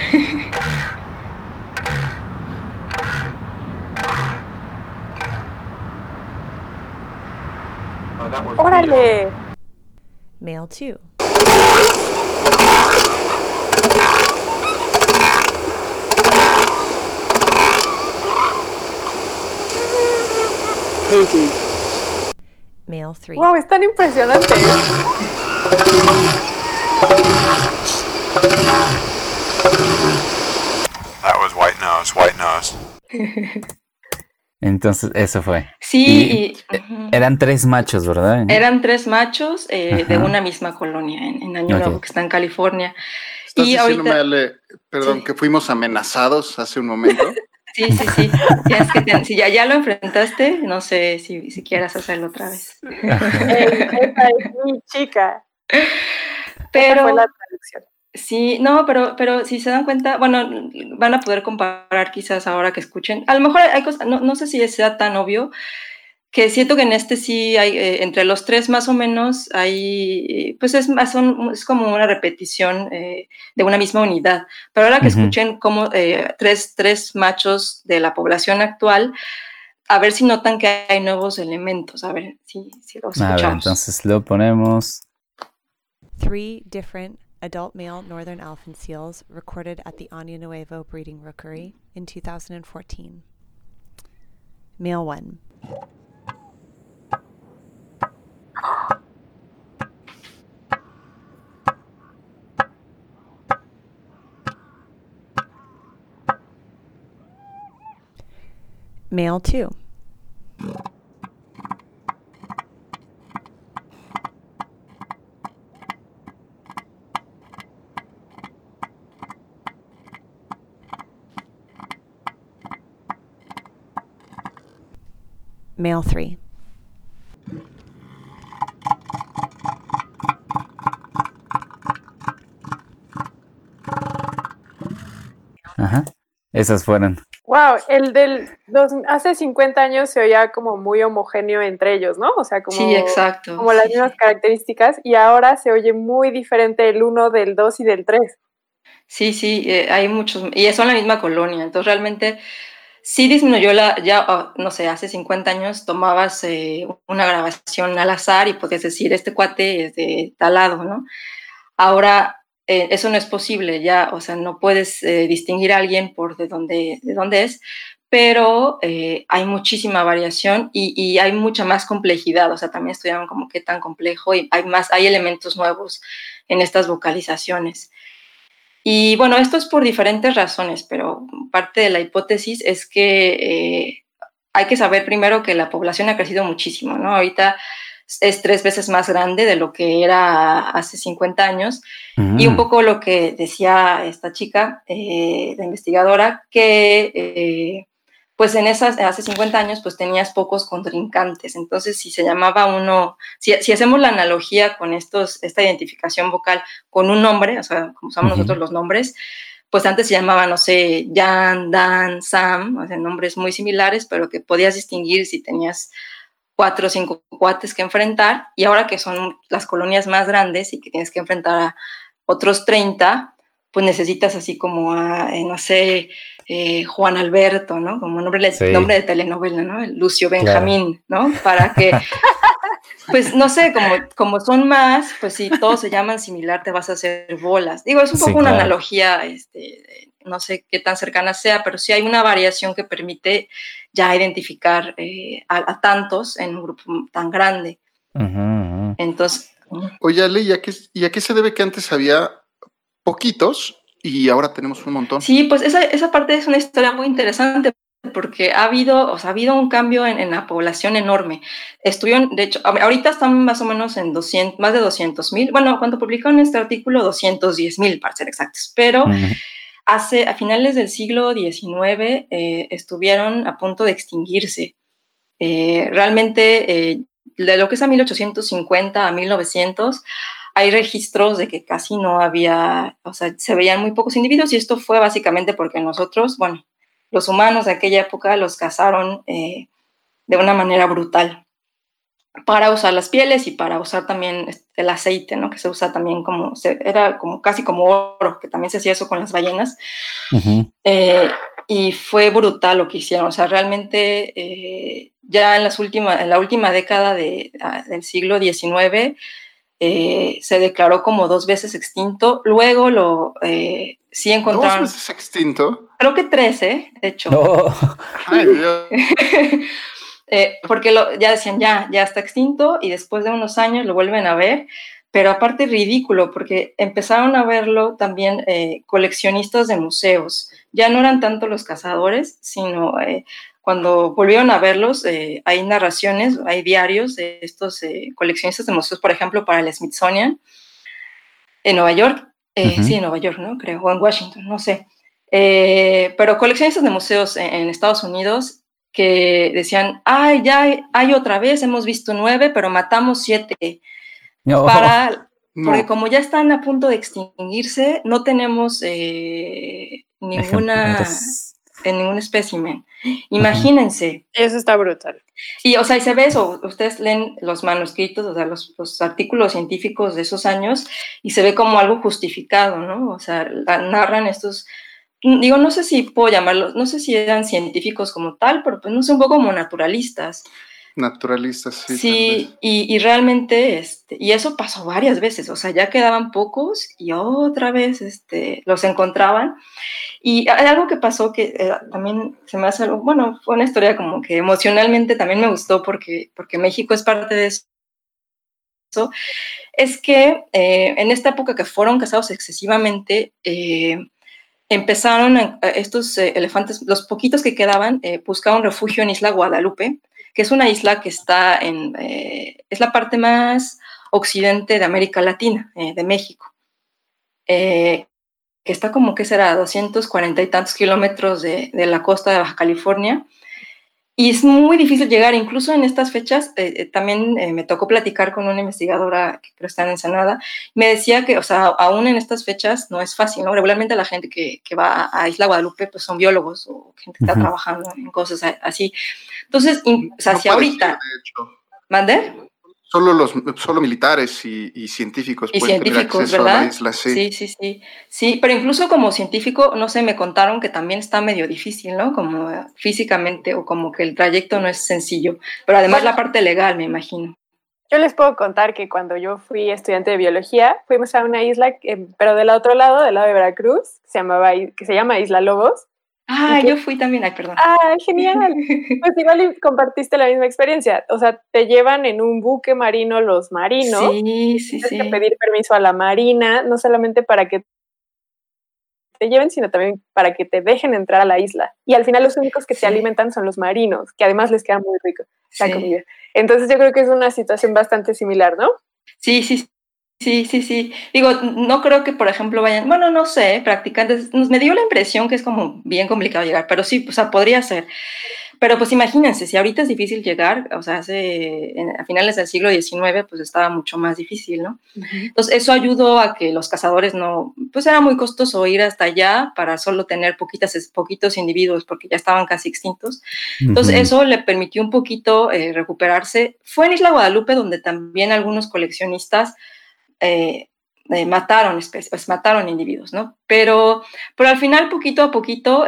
¡Órale! Male 2. Male 3. ¡Wow! Es tan impresionante. That was white nose. Entonces, eso fue. Sí, eran 3 machos, ¿verdad? Eran 3 machos de una misma colonia en Año Nuevo, que está en California. ¿Estás diciéndome, Ale, perdón, que fuimos amenazados hace un momento? Sí. Si ya lo enfrentaste, no sé si quieras hacerlo otra vez. Esa es mi chica. Pero esa fue la traducción. Sí, no, pero si se dan cuenta, bueno, van a poder comparar quizás ahora que escuchen. A lo mejor hay cosas, no sé si sea tan obvio, que siento que en este sí hay, entre los 3 más o menos, hay, pues es como una repetición de una misma unidad. Pero ahora que escuchen como 3 machos de la población actual, a ver si notan que hay nuevos elementos, a ver si lo escuchamos. A ver, entonces lo ponemos. 3 different adult male northern elephant seals recorded at the Año Nuevo breeding rookery in 2014. Male 1. Male 2. Male 3. Ajá. Esas fueron. Wow, hace 50 años se oía como muy homogéneo entre ellos, ¿no? O sea, como, sí, exacto. Como las mismas características, y ahora se oye muy diferente el 1 del 2 y del 3. Sí, hay muchos, y son la misma colonia, entonces realmente sí disminuyó no sé, hace 50 años tomabas una grabación al azar y podías decir, este cuate es de tal lado, ¿no? Ahora eso no es posible, ya, o sea, no puedes distinguir a alguien por de dónde es, pero hay muchísima variación y hay mucha más complejidad, o sea, también estudiaron como qué tan complejo y hay elementos nuevos en estas vocalizaciones. Y bueno, esto es por diferentes razones, pero parte de la hipótesis es que hay que saber primero que la población ha crecido muchísimo, ¿no? Ahorita es 3 veces más grande de lo que era hace 50 años. Y un poco lo que decía esta chica, la investigadora, que pues hace 50 años pues tenías pocos contrincantes. Entonces, si se llamaba uno, si hacemos la analogía con esta identificación vocal con un nombre, o sea, como usamos nosotros los nombres, pues antes se llamaba, no sé, Jan, Dan, Sam, o sea, nombres muy similares, pero que podías distinguir si tenías 4 o 5 cuates que enfrentar, y ahora que son las colonias más grandes y que tienes que enfrentar a otros 30, pues necesitas así como a, no sé, Juan Alberto, ¿no? Como nombre de telenovela, ¿no? Lucio Benjamín, claro. ¿No? Para que, pues no sé, como son más, pues si todos se llaman similar, te vas a hacer bolas. Digo, es un poco una analogía, no sé qué tan cercana sea, pero sí hay una variación que permite ya identificar a tantos en un grupo tan grande. Entonces... Oye, Ale, ¿y a qué se debe que antes había poquitos y ahora tenemos un montón? Sí, pues esa parte es una historia muy interesante porque ha habido un cambio en la población enorme. De hecho, ahorita están más o menos en más de 200,000. Bueno, cuando publicaron este artículo, 210,000 para ser exactos, pero a finales del siglo XIX estuvieron a punto de extinguirse. Realmente, de lo que es a 1850 a 1900, hay registros de que casi no había, o sea, se veían muy pocos individuos, y esto fue básicamente porque nosotros, bueno, los humanos de aquella época los cazaron de una manera brutal para usar las pieles y para usar también el aceite, ¿no? Que se usa también era como casi como oro, que también se hacía eso con las ballenas. Y fue brutal lo que hicieron, o sea, realmente ya en la última década del siglo XIX se declaró como 2 veces extinto. Luego sí encontraron... ¿2 veces extinto? Creo que 3, de hecho. Oh. Ay, Dios. Porque ya decían, ya está extinto, y después de unos años lo vuelven a ver, pero aparte ridículo, porque empezaron a verlo también coleccionistas de museos. Ya no eran tanto los cazadores, sino cuando volvieron a verlos, hay narraciones, hay diarios de estos coleccionistas de museos, por ejemplo, para el Smithsonian, en Nueva York. Sí, en Nueva York, ¿no? Creo, o en Washington, no sé. Pero coleccionistas de museos en Estados Unidos que decían, ay, ya hay otra vez, hemos visto 9, pero matamos 7. Porque como ya están a punto de extinguirse, no tenemos ningún espécimen. Imagínense. Eso está brutal. Y, o sea, y se ve eso, ustedes leen los manuscritos, o sea, los artículos científicos de esos años, y se ve como algo justificado, ¿no? O sea, narran estos... Digo, no sé si puedo llamarlos, no sé si eran científicos como tal, pero pues no sé, un poco como naturalistas. Naturalistas, sí. Sí, y realmente, y eso pasó varias veces, o sea, ya quedaban pocos y otra vez los encontraban. Y hay algo que pasó que también se me hace algo, bueno, fue una historia como que emocionalmente también me gustó porque México es parte de eso. Es que en esta época que fueron cazados excesivamente, empezaron estos elefantes, los poquitos que quedaban, buscaban refugio en Isla Guadalupe, que es una isla que está es la parte más occidente de América Latina, de México, que está como, ¿qué será?, 240 y tantos kilómetros de la costa de Baja California. Y es muy difícil llegar, incluso en estas fechas. También me tocó platicar con una investigadora que está en Ensenada. Me decía que, o sea, aún en estas fechas no es fácil, ¿no? Regularmente la gente que va a Isla Guadalupe pues son biólogos o gente que está trabajando en cosas así. Entonces, o sea, no si ahorita... Ir, de hecho. ¿Mande? Solo militares y científicos pueden tener acceso, ¿verdad?, a la isla, sí. Sí, pero incluso como científico, no sé, me contaron que también está medio difícil, ¿no? Como físicamente, o como que el trayecto no es sencillo, pero además la parte legal, me imagino. Yo les puedo contar que cuando yo fui estudiante de biología, fuimos a una isla, pero del otro lado, del lado de Veracruz, que se llama Isla Lobos. Ah, yo fui también, ay, perdón. Ah, genial. Pues igual compartiste la misma experiencia. O sea, te llevan en un buque marino los marinos. Sí. Tienes que pedir permiso a la marina, no solamente para que te lleven, sino también para que te dejen entrar a la isla. Y al final los únicos que te alimentan son los marinos, que además les queda muy rico la comida. Entonces yo creo que es una situación bastante similar, ¿no? Sí. Digo, no creo que, por ejemplo, vayan, bueno, no sé, practicantes. Me dio la impresión que es como bien complicado llegar, pero sí, o sea, podría ser. Pero pues imagínense, si ahorita es difícil llegar, o sea, a finales del siglo XIX, pues estaba mucho más difícil, ¿no? Entonces, eso ayudó a que los cazadores pues era muy costoso ir hasta allá para solo tener poquitos individuos, porque ya estaban casi extintos. Entonces, eso le permitió un poquito recuperarse. Fue en Isla Guadalupe donde también algunos coleccionistas mataron individuos, ¿no? Pero al final, poquito a poquito,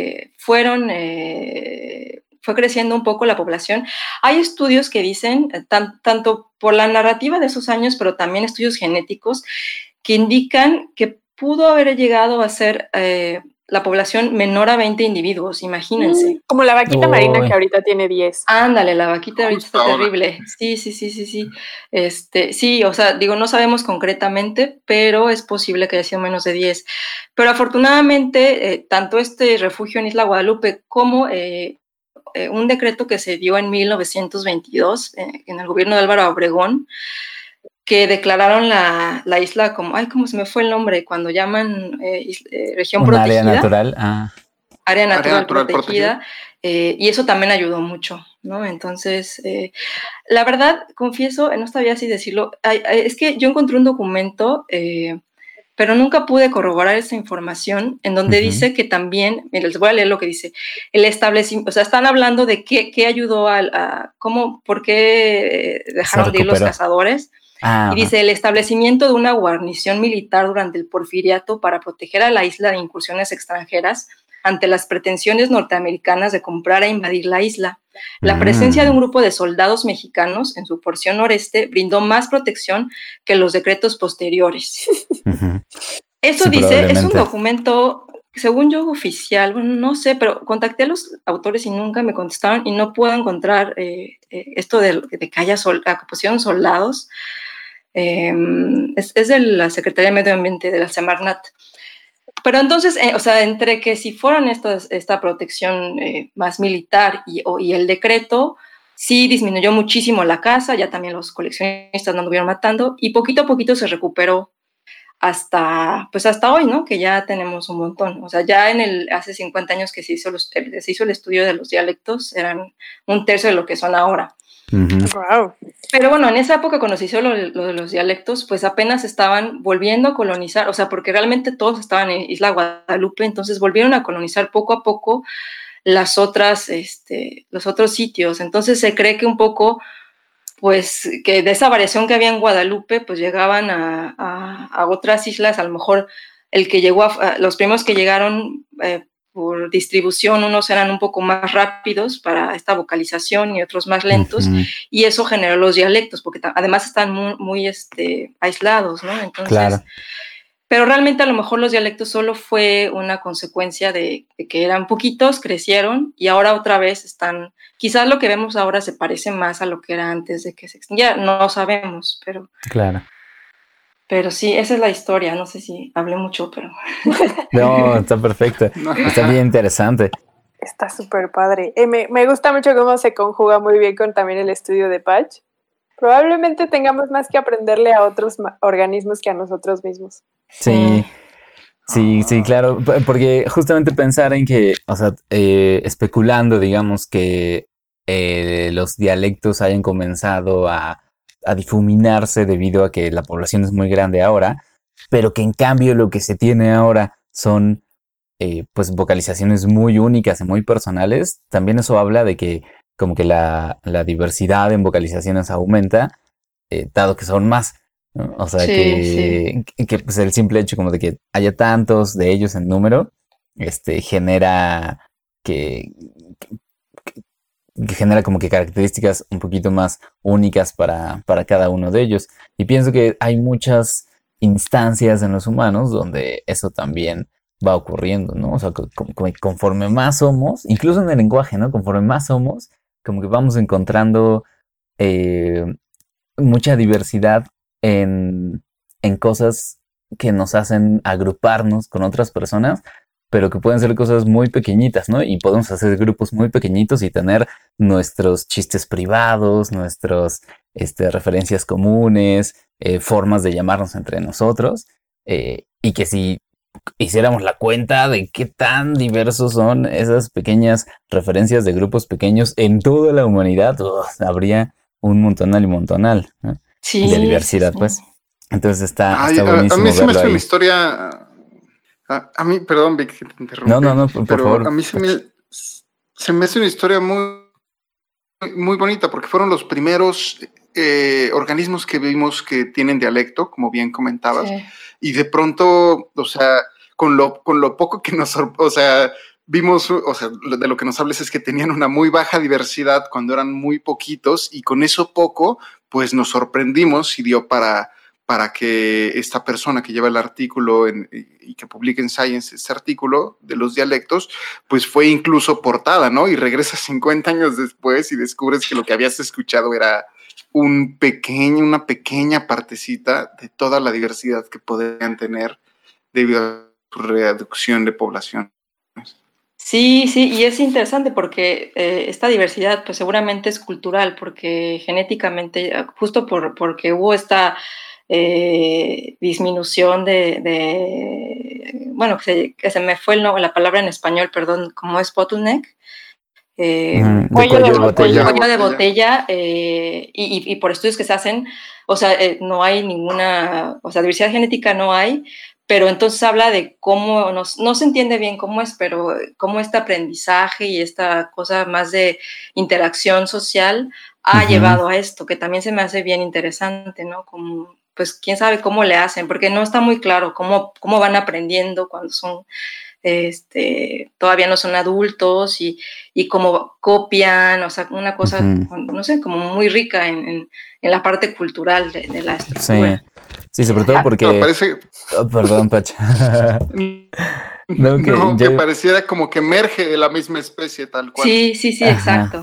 fue creciendo un poco la población. Hay estudios que dicen, tanto por la narrativa de esos años, pero también estudios genéticos, que indican que pudo haber llegado a ser la población menor a 20 individuos, imagínense. Como la vaquita marina que ahorita tiene 10. Ándale, la vaquita ahorita está terrible. Sí. Sí, o sea, digo, no sabemos concretamente, pero es posible que haya sido menos de 10. Pero afortunadamente, tanto este refugio en Isla Guadalupe como un decreto que se dio en 1922 en el gobierno de Álvaro Obregón, que declararon la isla como, ¿cómo se me fue el nombre? Cuando llaman región protegida. Área natural. Área natural protegida. Y eso también ayudó mucho, ¿no? Entonces, la verdad, confieso, no sabía así decirlo, es que yo encontré un documento, pero nunca pude corroborar esa información, en donde dice que también, mira, les voy a leer lo que dice, el establecimiento, o sea, están hablando de qué ayudó por qué dejaron de ir los cazadores. Y dice, el establecimiento de una guarnición militar durante el Porfiriato para proteger a la isla de incursiones extranjeras ante las pretensiones norteamericanas de comprar e invadir la isla. La presencia de un grupo de soldados mexicanos en su porción noreste brindó más protección que los decretos posteriores. Eso sí, dice, es un documento, según yo, oficial, bueno, no sé, pero contacté a los autores y nunca me contestaron y no puedo encontrar esto de que haya que pusieron soldados. Es de la Secretaría de Medio Ambiente, de la Semarnat. Pero entonces, o sea, entre que si fueron esta protección más militar y el decreto, sí disminuyó muchísimo la caza, ya también los coleccionistas no anduvieron matando, y poquito a poquito se recuperó hasta hoy, ¿no? Que ya tenemos un montón. O sea, ya hace 50 años que se hizo el estudio de los dialectos, eran 1/3 de lo que son ahora. Wow. Pero bueno, en esa época cuando se hizo lo de los dialectos, pues apenas estaban volviendo a colonizar, o sea, porque realmente todos estaban en Isla Guadalupe, entonces volvieron a colonizar poco a poco los otros sitios. Entonces se cree que un poco, pues, que de esa variación que había en Guadalupe, pues llegaban a otras islas, a lo mejor los primeros que llegaron por distribución, unos eran un poco más rápidos para esta vocalización y otros más lentos, y eso generó los dialectos, porque además están muy aislados, ¿no? Entonces, claro. Pero realmente a lo mejor los dialectos solo fue una consecuencia de que eran poquitos, crecieron, y ahora otra vez están, quizás lo que vemos ahora se parece más a lo que era antes de que se extinguiera, no sabemos, pero... Claro. Pero sí, esa es la historia. No sé si hablé mucho, pero... No, está perfecto. Está bien interesante. Está súper padre. Me gusta mucho cómo se conjuga muy bien con también el estudio de Patch. Probablemente tengamos más que aprenderle a otros organismos que a nosotros mismos. Sí, claro. Porque justamente pensar en que, o sea, especulando, digamos, que los dialectos hayan comenzado a difuminarse debido a que la población es muy grande ahora, pero que en cambio lo que se tiene ahora son pues vocalizaciones muy únicas y muy personales. También eso habla de que como que la diversidad en vocalizaciones aumenta, dado que son más, ¿no? O sea, que pues el simple hecho como de que haya tantos de ellos en número, genera que genera como que características un poquito más únicas para cada uno de ellos. Y pienso que hay muchas instancias en los humanos donde eso también va ocurriendo, ¿no? O sea, conforme más somos, incluso en el lenguaje, ¿no? Conforme más somos, como que vamos encontrando mucha diversidad en cosas que nos hacen agruparnos con otras personas, pero que pueden ser cosas muy pequeñitas, ¿no? Y podemos hacer grupos muy pequeñitos y tener nuestros chistes privados, nuestras referencias comunes, formas de llamarnos entre nosotros, y que si hiciéramos la cuenta de qué tan diversos son esas pequeñas referencias de grupos pequeños en toda la humanidad, habría un montonal y montonal, ¿no? Sí, de diversidad, pues. Entonces está buenísimo. A mí se me hace ahí. una historia... A mí, perdón, Vic, que te interrumpí. No, por favor. A mí se me hace una historia muy, muy bonita, porque fueron los primeros organismos que vimos que tienen dialecto, como bien comentabas, y de pronto, o sea, con lo poco que nos, o sea, vimos, o sea, de lo que nos hables es que tenían una muy baja diversidad cuando eran muy poquitos, y con eso poco, pues nos sorprendimos y dio para que esta persona que lleva el artículo y que publica en Science este artículo de los dialectos, pues fue incluso portada, ¿no? Y regresas 50 años después y descubres que lo que habías escuchado era una pequeña partecita de toda la diversidad que podrían tener debido a su reducción de población. Sí, y es interesante porque esta diversidad pues seguramente es cultural, porque genéticamente, justo porque hubo esta disminución bueno, que se me fue la palabra en español, perdón, ¿cómo es bottleneck? Cuello de botella, y por estudios que se hacen, o sea, no hay ninguna, o sea, diversidad genética no hay, pero entonces habla de cómo, no se entiende bien cómo es, pero cómo este aprendizaje y esta cosa más de interacción social ha llevado a esto, que también se me hace bien interesante, ¿no? Como, pues quién sabe cómo le hacen, porque no está muy claro cómo van aprendiendo cuando son, todavía no son adultos, y cómo copian, o sea, una cosa, no sé, como muy rica en la parte cultural de la estructura. Sí, sobre todo porque... No, parece... perdón, Pacha. que pareciera como que emerge de la misma especie, tal cual. Sí, exacto.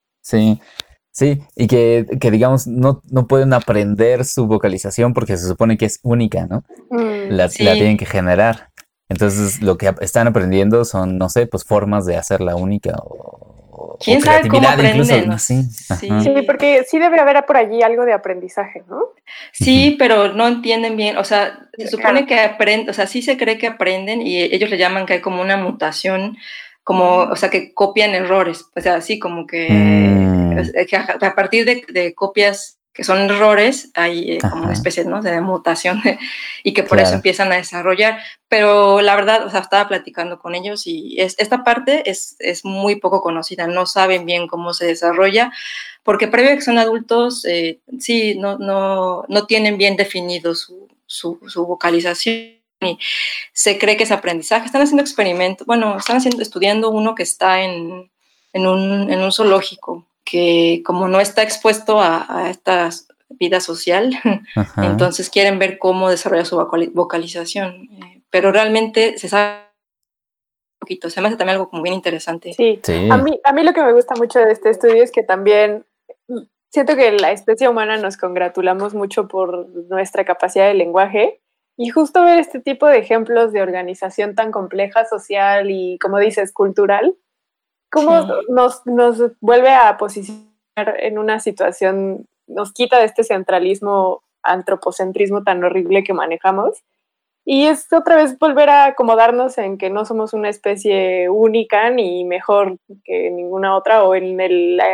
Sí, y que digamos, no pueden aprender su vocalización porque se supone que es única, ¿no? La tienen que generar. Entonces, lo que están aprendiendo son, no sé, pues formas de hacerla única o ¿quién sabe cómo aprenden? Incluso, sí, porque sí debe haber por allí algo de aprendizaje, ¿no? Sí, pero no entienden bien, o sea, se supone que aprenden, o sea, sí se cree que aprenden, y ellos le llaman que hay como una mutación, como, o sea, que copian errores, o sea, así como que a partir de copias que son errores, hay como una especie, ¿no?, de mutación, y que por eso empiezan a desarrollar. Pero la verdad, o sea, estaba platicando con ellos y esta parte es muy poco conocida, no saben bien cómo se desarrolla, porque previo a que son adultos, sí, no tienen bien definido su vocalización, y se cree que es aprendizaje. Están haciendo experimentos, bueno, estudiando uno que está en un zoológico, que como no está expuesto a esta vida social, entonces quieren ver cómo desarrolla su vocalización, pero realmente se sabe un poquito. Se me hace también algo como bien interesante. Sí. A mí lo que me gusta mucho de este estudio es que también siento que la especie humana nos congratulamos mucho por nuestra capacidad de lenguaje, y justo ver este tipo de ejemplos de organización tan compleja, social y, como dices, cultural, cómo nos vuelve a posicionar en una situación, nos quita de este centralismo, antropocentrismo tan horrible que manejamos, y es otra vez volver a acomodarnos en que no somos una especie única ni mejor que ninguna otra, o en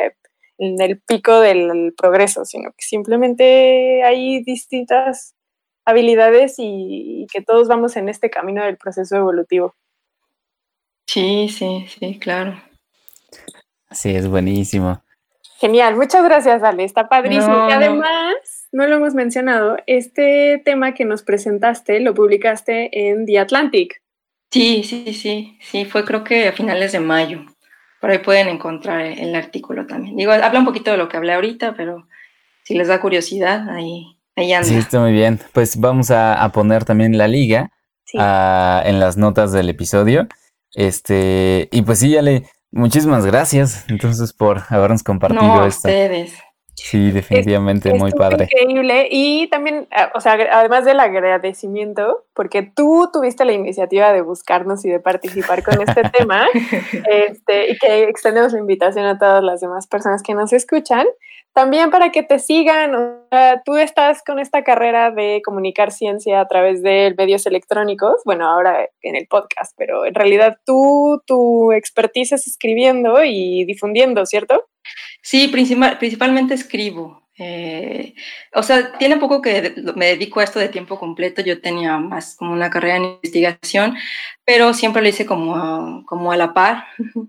el pico del progreso, sino que simplemente hay distintas habilidades y que todos vamos en este camino del proceso evolutivo. Sí, claro. Sí, es buenísimo. Genial, muchas gracias, Ale, está padrísimo. Y además, no lo hemos mencionado, este tema que nos presentaste lo publicaste en The Atlantic. Sí, fue creo que a finales de mayo. Por ahí pueden encontrar el artículo también. Digo, habla un poquito de lo que hablé ahorita, pero si les da curiosidad, ahí anda. Sí, está muy bien. Pues vamos a poner también la liga en las notas del episodio. Y pues sí, Ale, muchísimas gracias entonces por habernos compartido esto. Ustedes. Sí, definitivamente muy padre. Increíble. Y también, o sea, además del agradecimiento, porque tú tuviste la iniciativa de buscarnos y de participar con este tema, y que extendemos la invitación a todas las demás personas que nos escuchan, también para que te sigan. O sea, tú estás con esta carrera de comunicar ciencia a través de medios electrónicos, bueno, ahora en el podcast, pero en realidad tu expertise es escribiendo y difundiendo, ¿cierto? Sí, principalmente escribo. O sea, tiene poco que me dedico a esto de tiempo completo. Yo tenía más como una carrera en investigación, pero siempre lo hice como a la par.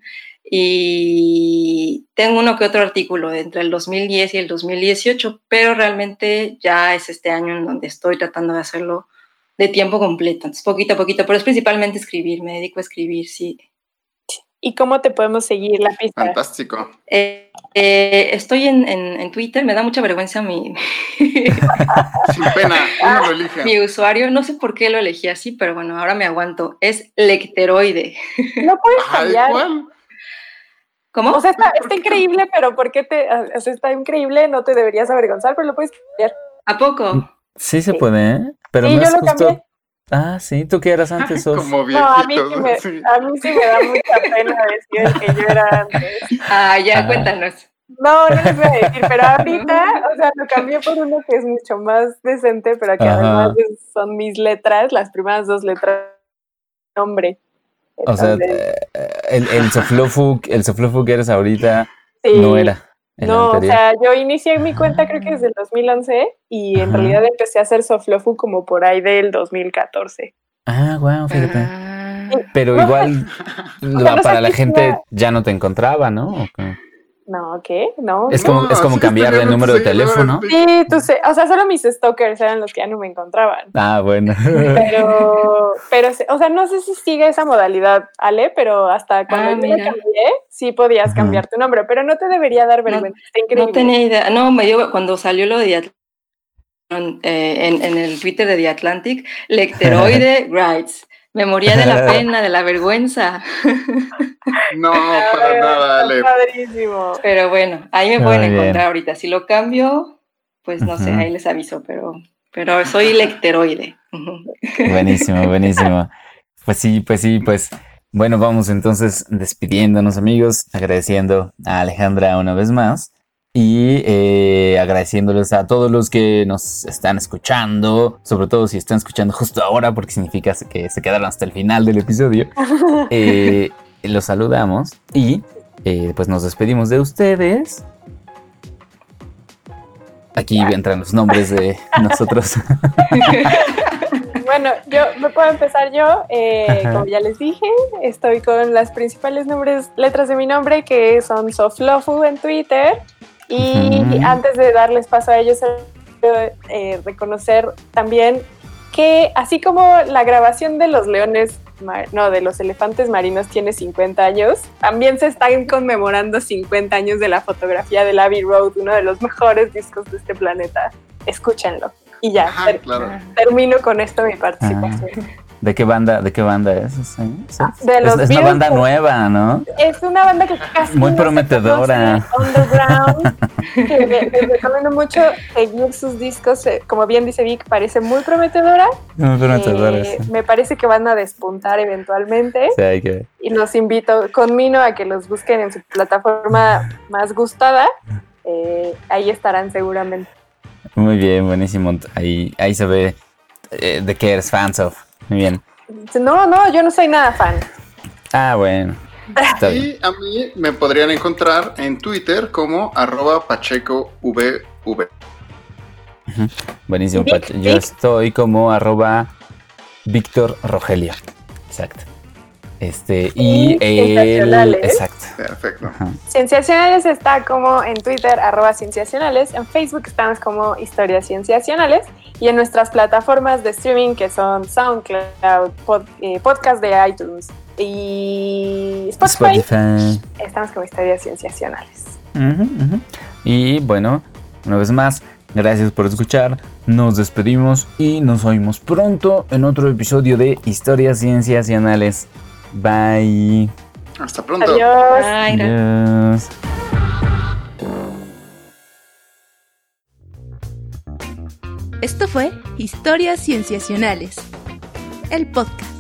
Y tengo uno que otro artículo entre el 2010 y el 2018, pero realmente ya es este año en donde estoy tratando de hacerlo de tiempo completo. Entonces, poquito a poquito, pero es principalmente escribir. Me dedico a escribir, sí. ¿Y cómo te podemos seguir la pista? Fantástico. Estoy en Twitter, me da mucha vergüenza Sin pena, uno lo elige. Mi usuario, no sé por qué lo elegí así, pero bueno, ahora me aguanto. Es Lecteroide. No puedes cambiar. ¿Cuál? ¿Cómo? O sea, está increíble, pero ¿por qué o sea, está increíble, no te deberías avergonzar, pero lo puedes cambiar. ¿A poco? Sí se puede, ¿eh? Pero sí, no yo es lo justo... cambié. Ah, sí, ¿tú qué eras antes? Como No, a mí viejitos. a mí sí me da mucha pena decir que yo era antes. Ya, cuéntanos. No les voy a decir, pero ahorita, o sea, lo cambié por uno que es mucho más decente, pero que además son mis letras, las primeras 2 letras, nombre. Entonces, o sea, el Soflofu que eres ahorita no era. No, o sea, yo inicié mi cuenta creo que desde el 2011 y en realidad empecé a hacer Soflofu como por ahí del 2014. Ah, wow, fíjate. Pero igual para la gente ya no te encontraba, ¿no? ¿O qué? No, ¿qué? No. Es como cambiar de número de teléfono. Sí, o sea, solo mis stalkers eran los que ya no me encontraban. Ah, bueno. Pero, o sea, no sé si sigue esa modalidad, Ale, pero hasta cuando yo me cambié, sí podías cambiar tu nombre, pero no te debería dar vergüenza. Está increíble. No tenía idea. No, me dio cuando salió lo de en el Twitter de The Atlantic, Lecteroide Writes. Me moría de la pena, de la vergüenza. No, para nada, Ale. Padrísimo. Pero bueno, ahí me pueden encontrar ahorita. Si lo cambio, pues no sé, ahí les aviso, pero soy lecteroide. Buenísimo. Pues bueno, vamos entonces despidiéndonos, amigos, agradeciendo a Alejandra una vez más. Y agradeciéndoles a todos los que nos están escuchando, sobre todo si están escuchando justo ahora, porque significa que se quedaron hasta el final del episodio. Los saludamos y pues nos despedimos de ustedes. Aquí entran los nombres de nosotros. Bueno, me puedo empezar yo. Como ya les dije, estoy con las principales letras de mi nombre, que son Soflofu en Twitter. Y antes de darles paso a ellos, reconocer también que así como la grabación de los de los elefantes marinos tiene 50 años, también se están conmemorando 50 años de la fotografía del Abbey Road, uno de los mejores discos de este planeta. Escúchenlo. Y ya, termino con esto mi participación. ¿De qué banda es? Es una banda nueva, ¿no? Es una banda que casi muy prometedora. Underground. Que les recomiendo mucho seguir sus discos. Como bien dice Vic, parece muy prometedora. Muy prometedora, sí. Me parece que van a despuntar eventualmente. Sí, hay que ver. Y los invito, conmino a que los busquen en su plataforma más gustada. Ahí estarán seguramente. Muy bien, buenísimo. Ahí se ve de qué eres fans of. Muy bien. No, yo no soy nada fan. Ah, bueno. Y a mí me podrían encontrar en Twitter como @PachecoVV. Buenísimo, yo estoy como @Víctor Rogelio. Exacto. Y exacto. Perfecto. Cienciacionales está como en Twitter @Cienciacionales, en Facebook estamos como Historias Cienciacionales y en nuestras plataformas de streaming que son SoundCloud, podcast de iTunes y Spotify. Estamos como Historias Cienciacionales. Y bueno, una vez más, gracias por escuchar, nos despedimos y nos oímos pronto en otro episodio de Historias Cienciacionales. Bye. Hasta pronto. Adiós. Bye. Adiós. Esto fue Historias Cienciacionales, el podcast.